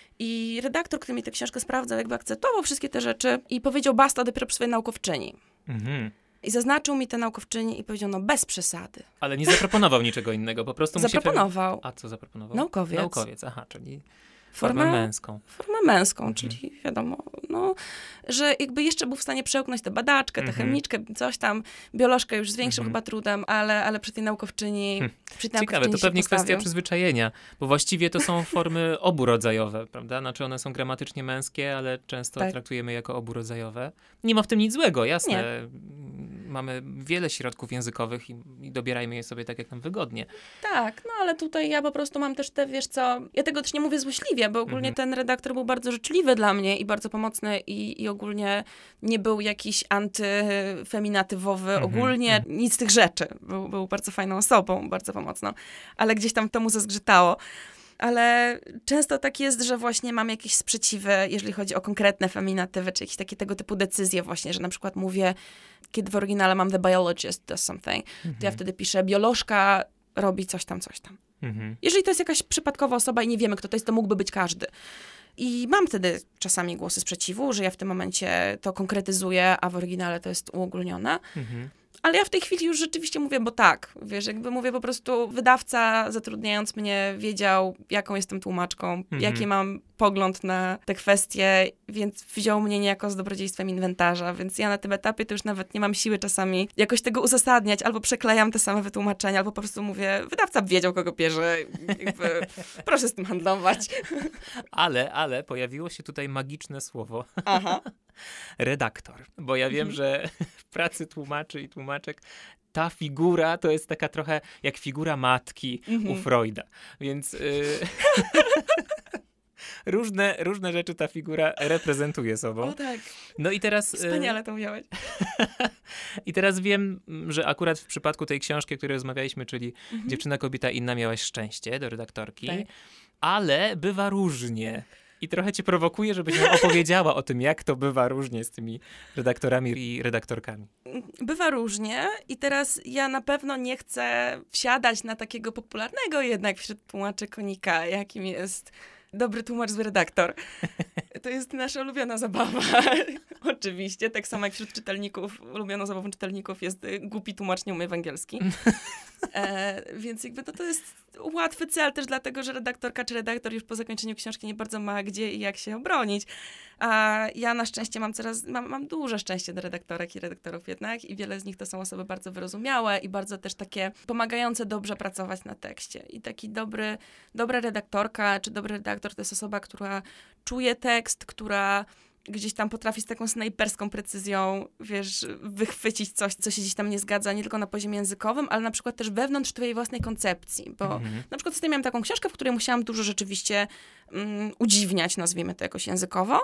I redaktor, który mi tę książkę sprawdzał, jakby akceptował wszystkie te rzeczy i powiedział basta dopiero przy swojej naukowczyni. I zaznaczył mi tę naukowczyni i powiedział, no bez przesady. Ale nie zaproponował niczego innego, po prostu zaproponował. A co zaproponował? Naukowiec, aha, czyli formę męską. Formę męską, czyli wiadomo, no, że jakby jeszcze był w stanie przełknąć tę badaczkę, tę chemiczkę, coś tam, biolożkę już z większym chyba trudem, ale przy tej naukowczyni Ciekawe, to pewnie kwestia przyzwyczajenia, bo właściwie to są formy oburodzajowe, prawda? Znaczy one są gramatycznie męskie, ale często traktujemy jako oburodzajowe. Nie ma w tym nic złego, jasne. Nie. Mamy wiele środków językowych i dobierajmy je sobie tak, jak nam wygodnie. Tak, no ale tutaj ja po prostu mam też te, wiesz co, ja tego też nie mówię złośliwie, bo ogólnie ten redaktor był bardzo życzliwy dla mnie i bardzo pomocny i ogólnie nie był jakiś antyfeminatywowy, ogólnie nic z tych rzeczy. Był bardzo fajną osobą, bardzo pomocną, ale gdzieś tam to mu zazgrzytało. Ale często tak jest, że właśnie mam jakieś sprzeciwy, jeżeli chodzi o konkretne feminatywy, czy jakieś takie tego typu decyzje właśnie, że na przykład mówię, kiedy w oryginale mam the biologist does something, to ja wtedy piszę biolożka robi coś tam, coś tam. Jeżeli to jest jakaś przypadkowa osoba i nie wiemy, kto to jest, to mógłby być każdy. I mam wtedy czasami głosy sprzeciwu, że ja w tym momencie to konkretyzuję, a w oryginale to jest uogólnione. Ale ja w tej chwili już rzeczywiście mówię, bo tak, wiesz, jakby mówię po prostu, wydawca zatrudniając mnie wiedział, jaką jestem tłumaczką, jaki mam pogląd na te kwestie, więc wziął mnie niejako z dobrodziejstwem inwentarza, więc ja na tym etapie to już nawet nie mam siły czasami jakoś tego uzasadniać, albo przeklejam te same wytłumaczenia, albo po prostu mówię, wydawca wiedział, kogo bierze, jakby proszę z tym handlować. Ale pojawiło się tutaj magiczne słowo. Aha. Redaktor. Bo ja wiem, że w pracy tłumaczy i tłumaczek ta figura to jest taka trochę jak figura matki u Freuda. Więc różne rzeczy ta figura reprezentuje sobą. O tak. No i teraz... Wspaniale to umiałeś. I teraz wiem, że akurat w przypadku tej książki, o której rozmawialiśmy, czyli Dziewczyna, kobieta inna, miałaś szczęście do redaktorki, Tak. ale bywa różnie. I trochę cię prowokuje, żebyś nam opowiedziała o tym, jak to bywa różnie z tymi redaktorami i redaktorkami. Bywa różnie i teraz ja na pewno nie chcę wsiadać na takiego popularnego jednak wśród tłumaczy konika, jakim jest dobry tłumacz, zły redaktor. To jest nasza ulubiona zabawa. Oczywiście, tak samo jak wśród czytelników, ulubioną zabawą czytelników jest głupi tłumacz nie umie w angielski. Więc jakby to jest łatwy cel też dlatego, że redaktorka czy redaktor już po zakończeniu książki nie bardzo ma gdzie i jak się obronić. A ja na szczęście mam duże szczęście do redaktorek i redaktorów jednak i wiele z nich to są osoby bardzo wyrozumiałe i bardzo też takie pomagające dobrze pracować na tekście. I taki dobra redaktorka czy dobry redaktor to jest osoba, która czuje tekst, która gdzieś tam potrafi z taką snajperską precyzją, wiesz, wychwycić coś, co się gdzieś tam nie zgadza, nie tylko na poziomie językowym, ale na przykład też wewnątrz twojej własnej koncepcji, bo na przykład ostatnio miałam taką książkę, w której musiałam dużo rzeczywiście udziwniać, nazwijmy to jakoś językowo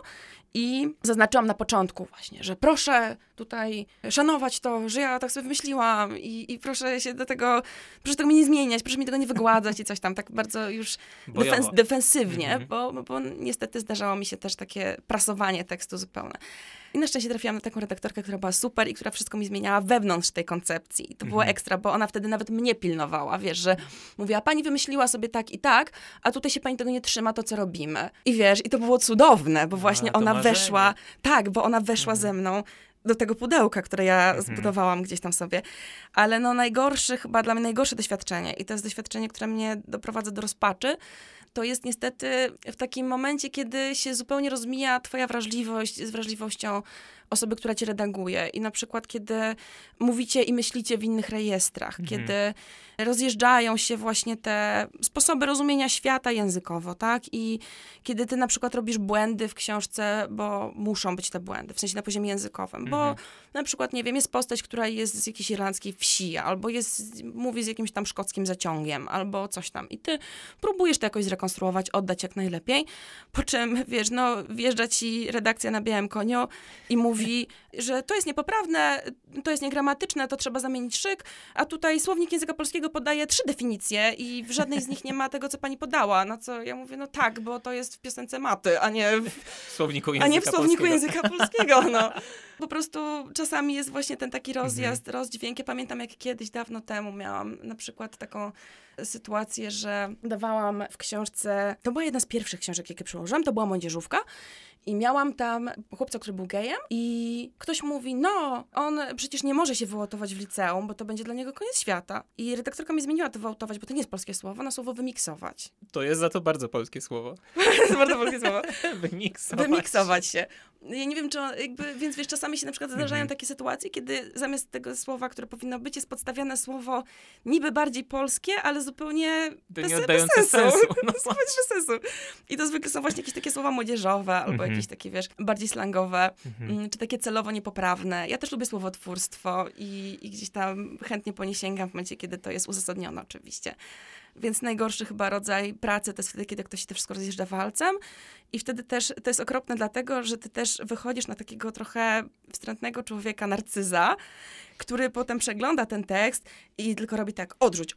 i zaznaczyłam na początku właśnie, że proszę tutaj szanować to, że ja tak sobie wymyśliłam i proszę się proszę tego mi nie zmieniać, proszę mi tego nie wygładzać i coś tam, tak bardzo już defensywnie, bo niestety zdarzało mi się też takie prasowanie tekstu zupełne. I na szczęście trafiłam na taką redaktorkę, która była super i która wszystko mi zmieniała wewnątrz tej koncepcji. I to było ekstra, bo ona wtedy nawet mnie pilnowała, wiesz, że mówiła, pani wymyśliła sobie tak i tak, a tutaj się pani tego nie trzyma, to co robimy. I wiesz, i to było cudowne, bo właśnie ona weszła, bo ona weszła ze mną do tego pudełka, które ja zbudowałam gdzieś tam sobie. Ale no chyba dla mnie najgorsze doświadczenie i to jest doświadczenie, które mnie doprowadza do rozpaczy, to jest niestety w takim momencie, kiedy się zupełnie rozmija twoja wrażliwość z wrażliwością osoby, która cię redaguje. I na przykład, kiedy mówicie i myślicie w innych rejestrach, kiedy rozjeżdżają się właśnie te sposoby rozumienia świata językowo, tak? I kiedy ty na przykład robisz błędy w książce, bo muszą być te błędy, w sensie na poziomie językowym, bo na przykład, nie wiem, jest postać, która jest z jakiejś irlandzkiej wsi, albo mówi z jakimś tam szkockim zaciągiem, albo coś tam. I ty próbujesz to jakoś zrekonstruować, oddać jak najlepiej, po czym, wiesz, wjeżdża ci redakcja na białym koniu i mówi, że to jest niepoprawne, to jest niegramatyczne, to trzeba zamienić szyk, a tutaj słownik języka polskiego podaje 3 definicje i w żadnej z nich nie ma tego, co pani podała. Na co ja mówię, no tak, bo to jest w piosence Maty, a nie w słowniku języka polskiego. No. Po prostu czasami jest właśnie ten taki rozjazd, rozdźwięk. Ja pamiętam, jak kiedyś, dawno temu miałam na przykład taką sytuację, że dawałam w książce, to była jedna z pierwszych książek, jakie przełożyłam, to była młodzieżówka i miałam tam chłopca, który był gejem i ktoś mówi, no, on przecież nie może się wyautować w liceum, bo to będzie dla niego koniec świata. I redaktorka mi zmieniła to wyautować, bo to nie jest polskie słowo, na słowo wymiksować. To jest za to bardzo polskie słowo. To jest bardzo polskie słowo. Wymiksować się. Ja nie wiem, czy więc wiesz, czasami się na przykład zdarzają takie sytuacje, kiedy zamiast tego słowa, które powinno być, jest podstawiane słowo niby bardziej polskie, ale zupełnie bez sensu. Bez sensu. I to zwykle są właśnie jakieś takie słowa młodzieżowe, albo jakieś takie, wiesz, bardziej slangowe, czy takie celowo niepoprawne. Ja też lubię słowotwórstwo i gdzieś tam chętnie po nie sięgam w momencie, kiedy to jest uzasadnione oczywiście. Więc najgorszy chyba rodzaj pracy to jest wtedy, kiedy ktoś się też wszystko rozjeżdża walcem i wtedy też to jest okropne dlatego, że ty też wychodzisz na takiego trochę wstrętnego człowieka, narcyza, który potem przegląda ten tekst i tylko robi tak, odrzuć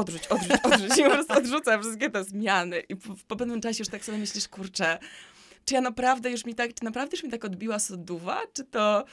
i po prostu odrzuca wszystkie te zmiany i po pewnym czasie już tak sobie myślisz, kurczę, czy naprawdę już mi tak odbiła soduwa, czy to...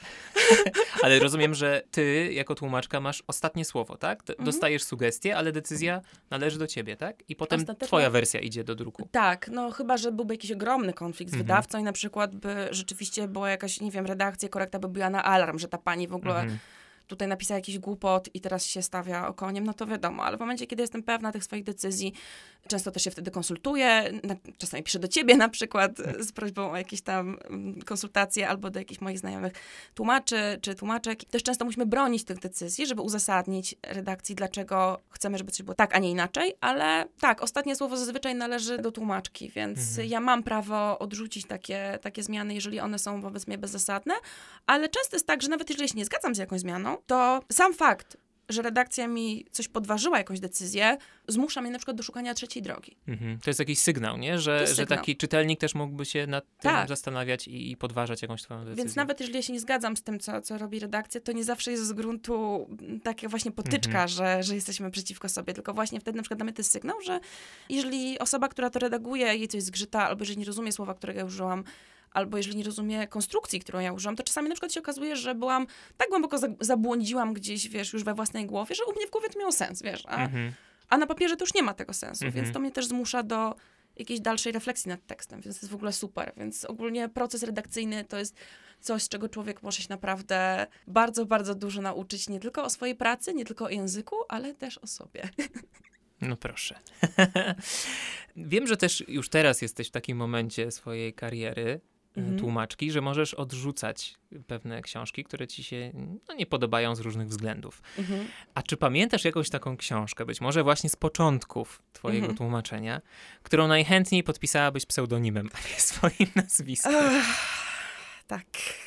Ale rozumiem, że ty jako tłumaczka masz ostatnie słowo, tak? Dostajesz sugestię, ale decyzja należy do ciebie, tak? I potem twoja wersja idzie do druku. Tak, no chyba, że byłby jakiś ogromny konflikt z wydawcą i na przykład by rzeczywiście była jakaś, nie wiem, redakcja, korekta by była na alarm, że ta pani w ogóle tutaj napisała jakiś głupot i teraz się stawia okoniem, no to wiadomo, ale w momencie, kiedy jestem pewna tych swoich decyzji, często też się wtedy konsultuję, czasami piszę do ciebie na przykład z prośbą o jakieś tam konsultacje albo do jakichś moich znajomych tłumaczy czy tłumaczek. Też często musimy bronić tych decyzji, żeby uzasadnić redakcji, dlaczego chcemy, żeby coś było tak, a nie inaczej, ale tak, ostatnie słowo zazwyczaj należy do tłumaczki, więc ja mam prawo odrzucić takie zmiany, jeżeli one są wobec mnie bezzasadne, ale często jest tak, że nawet jeżeli się nie zgadzam z jakąś zmianą, to sam fakt, że redakcja mi coś podważyła, jakąś decyzję, zmusza mnie na przykład do szukania trzeciej drogi. To jest jakiś sygnał, nie? Że taki czytelnik też mógłby się nad tym zastanawiać i podważać jakąś twoją decyzję. Więc nawet jeżeli ja się nie zgadzam z tym, co robi redakcja, to nie zawsze jest z gruntu taka właśnie potyczka, że jesteśmy przeciwko sobie, tylko właśnie wtedy na przykład dla mnie to jest sygnał, że jeżeli osoba, która to redaguje, jej coś zgrzyta, albo jeżeli nie rozumie słowa, którego ja użyłam, albo jeżeli nie rozumie konstrukcji, którą ja użyłam, to czasami na przykład się okazuje, że byłam tak głęboko zabłądziłam gdzieś, wiesz, już we własnej głowie, że u mnie w głowie to miało sens, wiesz, a na papierze to już nie ma tego sensu, więc to mnie też zmusza do jakiejś dalszej refleksji nad tekstem, więc to jest w ogóle super, więc ogólnie proces redakcyjny to jest coś, z czego człowiek może się naprawdę bardzo, bardzo dużo nauczyć, nie tylko o swojej pracy, nie tylko o języku, ale też o sobie. No proszę. Wiem, że też już teraz jesteś w takim momencie swojej kariery tłumaczki, że możesz odrzucać pewne książki, które ci się nie podobają z różnych względów. A czy pamiętasz jakąś taką książkę, być może właśnie z początków twojego tłumaczenia, którą najchętniej podpisałabyś pseudonimem, a nie swoim nazwiskiem? Tak.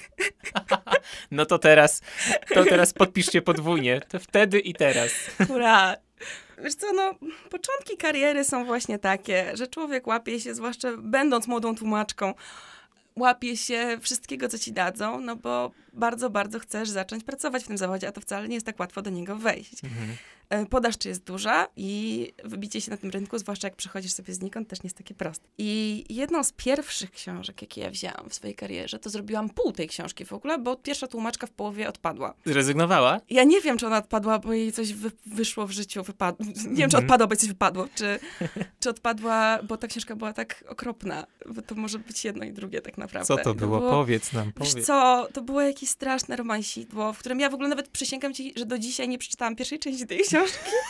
No to teraz podpiszcie podwójnie. To wtedy i teraz. Hurra. Wiesz co, no, początki kariery są właśnie takie, że człowiek łapie się, zwłaszcza będąc młodą tłumaczką, łapie się wszystkiego, co ci dadzą, no bo bardzo, bardzo chcesz zacząć pracować w tym zawodzie, a to wcale nie jest tak łatwo do niego wejść. Podaż jest duża i wybicie się na tym rynku, zwłaszcza jak przychodzisz sobie znikąd, też nie jest takie proste. I jedną z pierwszych książek, jakie ja wzięłam w swojej karierze, to zrobiłam pół tej książki w ogóle, bo pierwsza tłumaczka w połowie odpadła. Zrezygnowała? Ja nie wiem, czy ona odpadła, bo jej coś wyszło w życiu, nie wiem, czy odpadła, bo jej coś wypadło, czy odpadła, bo ta książka była tak okropna, bo to może być jedno i drugie tak naprawdę. Co to było? Powiedz nam, Wiesz co, to było jakieś straszne romansidło, w którym ja w ogóle nawet przysięgam ci, że do dzisiaj nie przeczytałam pierwszej części tej książki.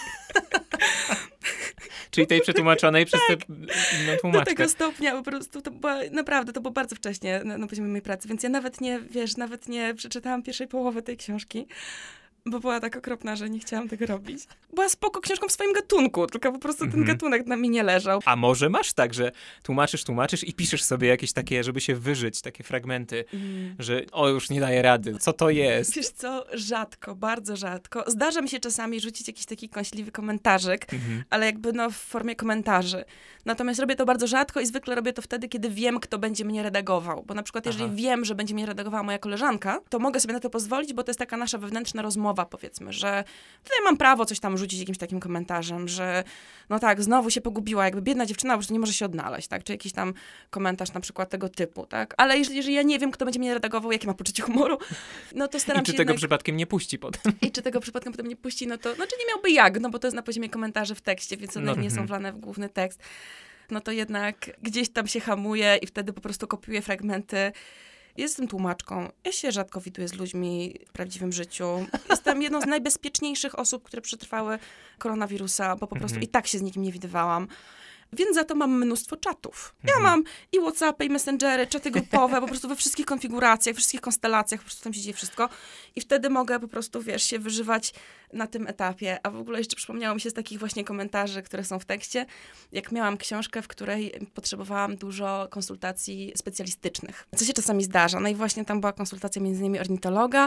Czyli tej przetłumaczonej przez tę inną tłumaczkę. Do tego stopnia po prostu, to było bardzo wcześnie na poziomie mojej pracy, więc ja nawet nie przeczytałam pierwszej połowy tej książki, bo była tak okropna, że nie chciałam tego robić. Była spoko książką w swoim gatunku, tylko po prostu ten gatunek na mnie nie leżał. A może masz tak, że tłumaczysz i piszesz sobie jakieś takie, żeby się wyżyć, takie fragmenty, że już nie daję rady, co to jest? Wiesz co, rzadko, bardzo rzadko. Zdarza mi się czasami rzucić jakiś taki kąśliwy komentarzyk, ale jakby w formie komentarzy. Natomiast robię to bardzo rzadko i zwykle robię to wtedy, kiedy wiem, kto będzie mnie redagował. Bo na przykład jeżeli wiem, że będzie mnie redagowała moja koleżanka, to mogę sobie na to pozwolić, bo to jest taka nasza wewnętrzna rozmowa, powiedzmy, że tutaj mam prawo coś tam rzucić jakimś takim komentarzem, że no tak, znowu się pogubiła, jakby biedna dziewczyna, po prostu nie może się odnaleźć, tak? Czy jakiś tam komentarz na przykład tego typu, tak? Ale jeżeli ja nie wiem, kto będzie mnie redagował, jakie ma poczucie humoru, no to staram się I czy tego przypadkiem nie puści potem? I czy tego przypadkiem potem nie puści, no to, znaczy nie miałby jak, no bo to jest na poziomie komentarzy w tekście, więc one nie są wlane w główny tekst. No to jednak gdzieś tam się hamuje i wtedy po prostu kopiuję fragmenty. Jestem tłumaczką. Ja się rzadko widuję z ludźmi w prawdziwym życiu. Jestem jedną z najbezpieczniejszych osób, które przetrwały koronawirusa, bo po prostu i tak się z nikim nie widywałam. Więc za to mam mnóstwo czatów. Ja mam i WhatsAppy, i Messengery, czaty grupowe, po prostu we wszystkich konfiguracjach, wszystkich konstelacjach, po prostu tam się dzieje wszystko. I wtedy mogę po prostu, się wyżywać na tym etapie. A w ogóle jeszcze przypomniało mi się z takich właśnie komentarzy, które są w tekście, jak miałam książkę, w której potrzebowałam dużo konsultacji specjalistycznych. Co się czasami zdarza. No i właśnie tam była konsultacja między innymi ornitologa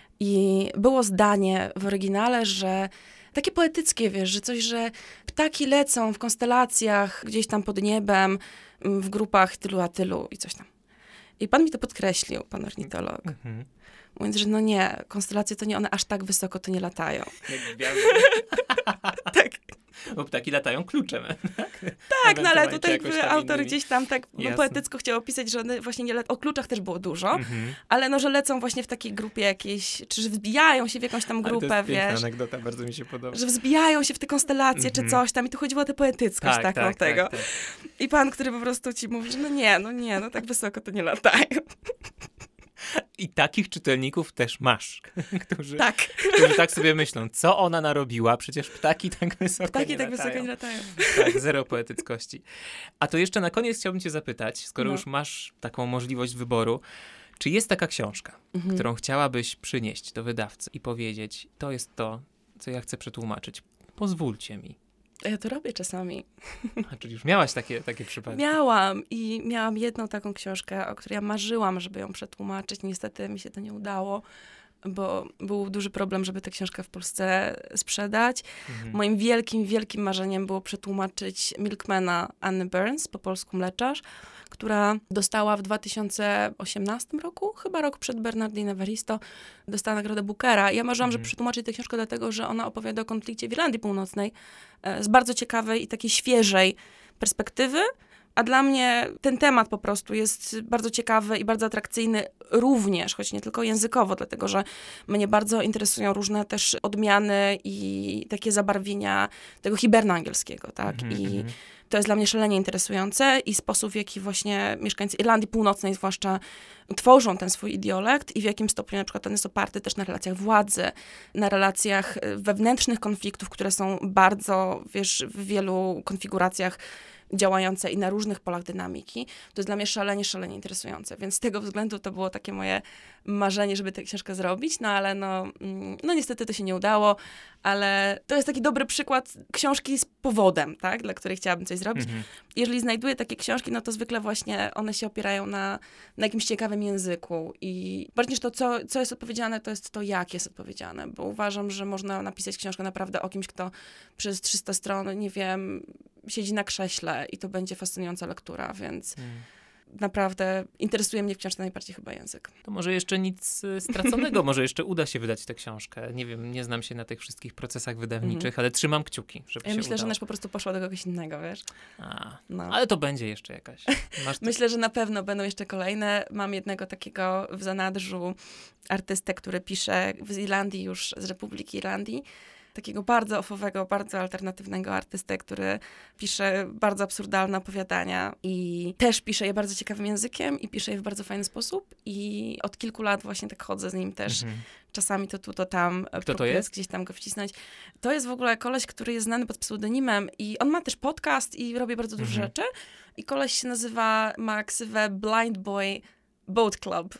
i było zdanie w oryginale, że takie poetyckie, że coś, że ptaki lecą w konstelacjach, gdzieś tam pod niebem, w grupach tylu a tylu i coś tam. I pan mi to podkreślił, pan ornitolog. Mówiąc, że no nie, konstelacje to nie, one aż tak wysoko to nie latają. Jak gwiazdy. Tak. Bo ptaki latają kluczem. Tak, no ale tutaj autor gdzieś tam tak poetycko chciał opisać, że one właśnie nie o kluczach też było dużo, ale no, że lecą właśnie w takiej grupie jakiejś, czy że wzbijają się w jakąś tam grupę, to jest piękna anegdota, bardzo mi się podoba. Że wzbijają się w te konstelacje, czy coś tam i tu chodziło o tę poetyckość tego. Tak. I pan, który po prostu ci mówi, że no nie, tak wysoko to nie latają. I takich czytelników też masz, którzy Tak. tak sobie myślą, co ona narobiła, przecież ptaki tak wysoko nie latają. Tak, zero poetyckości. A to jeszcze na koniec chciałbym cię zapytać, skoro No. już masz taką możliwość wyboru, czy jest taka książka, którą chciałabyś przynieść do wydawcy i powiedzieć, to jest to, co ja chcę przetłumaczyć, pozwólcie mi. Ja to robię czasami. Czyli już miałaś takie przypadki. Miałam jedną taką książkę, o której ja marzyłam, żeby ją przetłumaczyć. Niestety mi się to nie udało, bo był duży problem, żeby tę książkę w Polsce sprzedać. Moim wielkim, wielkim marzeniem było przetłumaczyć Milkmana Anny Burns, po polsku Mleczarz, która dostała w 2018 roku, chyba rok przed Bernardine Evaristo, dostała nagrodę Bookera. Ja marzyłam, żeby przetłumaczyć tę książkę dlatego, że ona opowiada o konflikcie w Irlandii Północnej z bardzo ciekawej i takiej świeżej perspektywy. A dla mnie ten temat po prostu jest bardzo ciekawy i bardzo atrakcyjny również, choć nie tylko językowo, dlatego że mnie bardzo interesują różne też odmiany i takie zabarwienia tego hiberno-angielskiego, tak? I to jest dla mnie szalenie interesujące i sposób, w jaki właśnie mieszkańcy Irlandii Północnej zwłaszcza tworzą ten swój idiolekt i w jakim stopniu na przykład on jest oparty też na relacjach władzy, na relacjach wewnętrznych konfliktów, które są bardzo, w wielu konfiguracjach działające i na różnych polach dynamiki. To jest dla mnie szalenie, szalenie interesujące. Więc z tego względu to było takie moje marzenie, żeby tę książkę zrobić, ale niestety to się nie udało, ale to jest taki dobry przykład książki z powodem, tak, dla której chciałabym coś zrobić. Jeżeli znajduję takie książki, no to zwykle właśnie one się opierają na jakimś ciekawym języku i bardziej niż to, co jest odpowiedziane, to jest to, jak jest odpowiedziane, bo uważam, że można napisać książkę naprawdę o kimś, kto przez 300 stron, nie wiem, siedzi na krześle i to będzie fascynująca lektura, więc naprawdę interesuje mnie w książce najbardziej chyba język. To może jeszcze nic straconego, może jeszcze uda się wydać tę książkę. Nie wiem, nie znam się na tych wszystkich procesach wydawniczych, ale trzymam kciuki, żeby się myślę, udało. że Nasz po prostu poszła do kogoś innego, wiesz? Ale to będzie jeszcze jakaś. Myślę, że na pewno będą jeszcze kolejne. Mam jednego takiego w zanadrzu artystę, który pisze z Irlandii już, z Republiki Irlandii. Takiego bardzo ofowego, bardzo alternatywnego artystę, który pisze bardzo absurdalne opowiadania i też pisze je bardzo ciekawym językiem i pisze je w bardzo fajny sposób i od kilku lat właśnie tak chodzę z nim też. Czasami to tu, to tam. Kto to jest? Gdzieś tam go wcisnąć. To jest w ogóle koleś, który jest znany pod pseudonimem i on ma też podcast i robi bardzo dużo rzeczy. I koleś się ma ksywę Blind Boy Boat Club.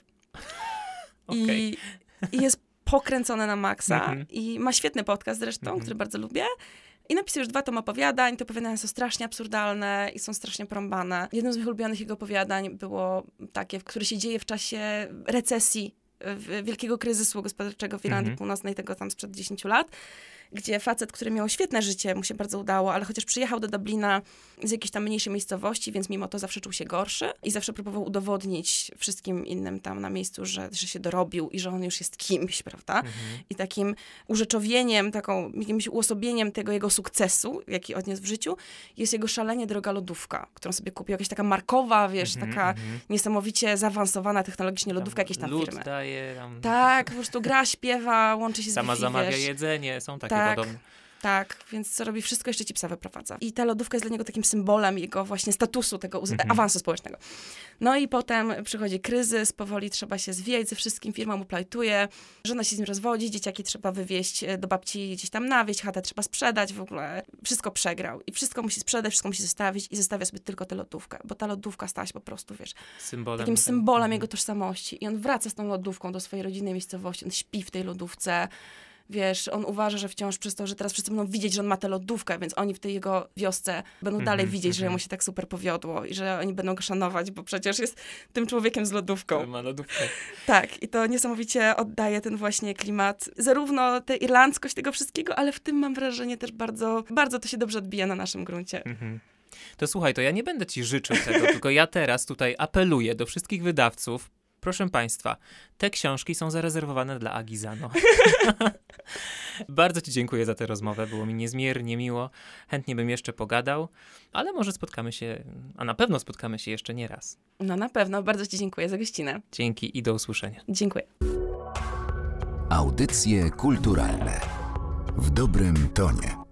I jest pokręcone na maksa i ma świetny podcast zresztą, który bardzo lubię. I napisał już 2 tomy opowiadań. Te opowiadania są strasznie absurdalne i są strasznie porąbane. Jednym z moich ulubionych jego opowiadań było takie, które się dzieje w czasie recesji, wielkiego kryzysu gospodarczego w Irlandii Północnej, tego tam sprzed 10 lat, gdzie facet, który miał świetne życie, mu się bardzo udało, ale chociaż przyjechał do Dublina z jakiejś tam mniejszej miejscowości, więc mimo to zawsze czuł się gorszy i zawsze próbował udowodnić wszystkim innym tam na miejscu, że się dorobił i że on już jest kimś, prawda? I takim urzeczowieniem, jakimś uosobieniem tego jego sukcesu, jaki odniósł w życiu, jest jego szalenie droga lodówka, którą sobie kupił. Jakaś taka markowa, taka niesamowicie zaawansowana technologicznie lodówka jakiejś tam firmy. Daje, tak, po prostu gra, śpiewa, łączy się z sama Wi-Fi, zamawia jedzenie, są takie podobne. Tak, więc co robi wszystko, jeszcze ci psa wyprowadza. I ta lodówka jest dla niego takim symbolem jego właśnie statusu, tego awansu społecznego. No i potem przychodzi kryzys, powoli trzeba się zwijać ze wszystkim, firma mu plajtuje, żona się z nim rozwodzi, dzieciaki trzeba wywieźć do babci gdzieś tam na wieś, chatę trzeba sprzedać, w ogóle wszystko przegrał. I wszystko musi sprzedać, wszystko musi zostawić i zostawia sobie tylko tę lodówkę, bo ta lodówka stała się po prostu, takim symbolem jego tożsamości. I on wraca z tą lodówką do swojej rodzinnej miejscowości, on śpi w tej lodówce. On uważa, że wciąż przez to, że teraz wszyscy będą widzieć, że on ma tę lodówkę, więc oni w tej jego wiosce będą dalej widzieć, że mu się tak super powiodło i że oni będą go szanować, bo przecież jest tym człowiekiem z lodówką. Ma lodówkę. Tak, i to niesamowicie oddaje ten właśnie klimat, zarówno tę irlandzkość tego wszystkiego, ale w tym mam wrażenie też bardzo, bardzo to się dobrze odbija na naszym gruncie. To słuchaj, to ja nie będę ci życzył tego, tylko ja teraz tutaj apeluję do wszystkich wydawców. Proszę Państwa, te książki są zarezerwowane dla Agi Zano. Bardzo Ci dziękuję za tę rozmowę, było mi niezmiernie miło. Chętnie bym jeszcze pogadał, ale może spotkamy się, a na pewno spotkamy się jeszcze nie raz. No na pewno, bardzo Ci dziękuję za gościnę. Dzięki i do usłyszenia. Dziękuję. Audycje kulturalne w dobrym tonie.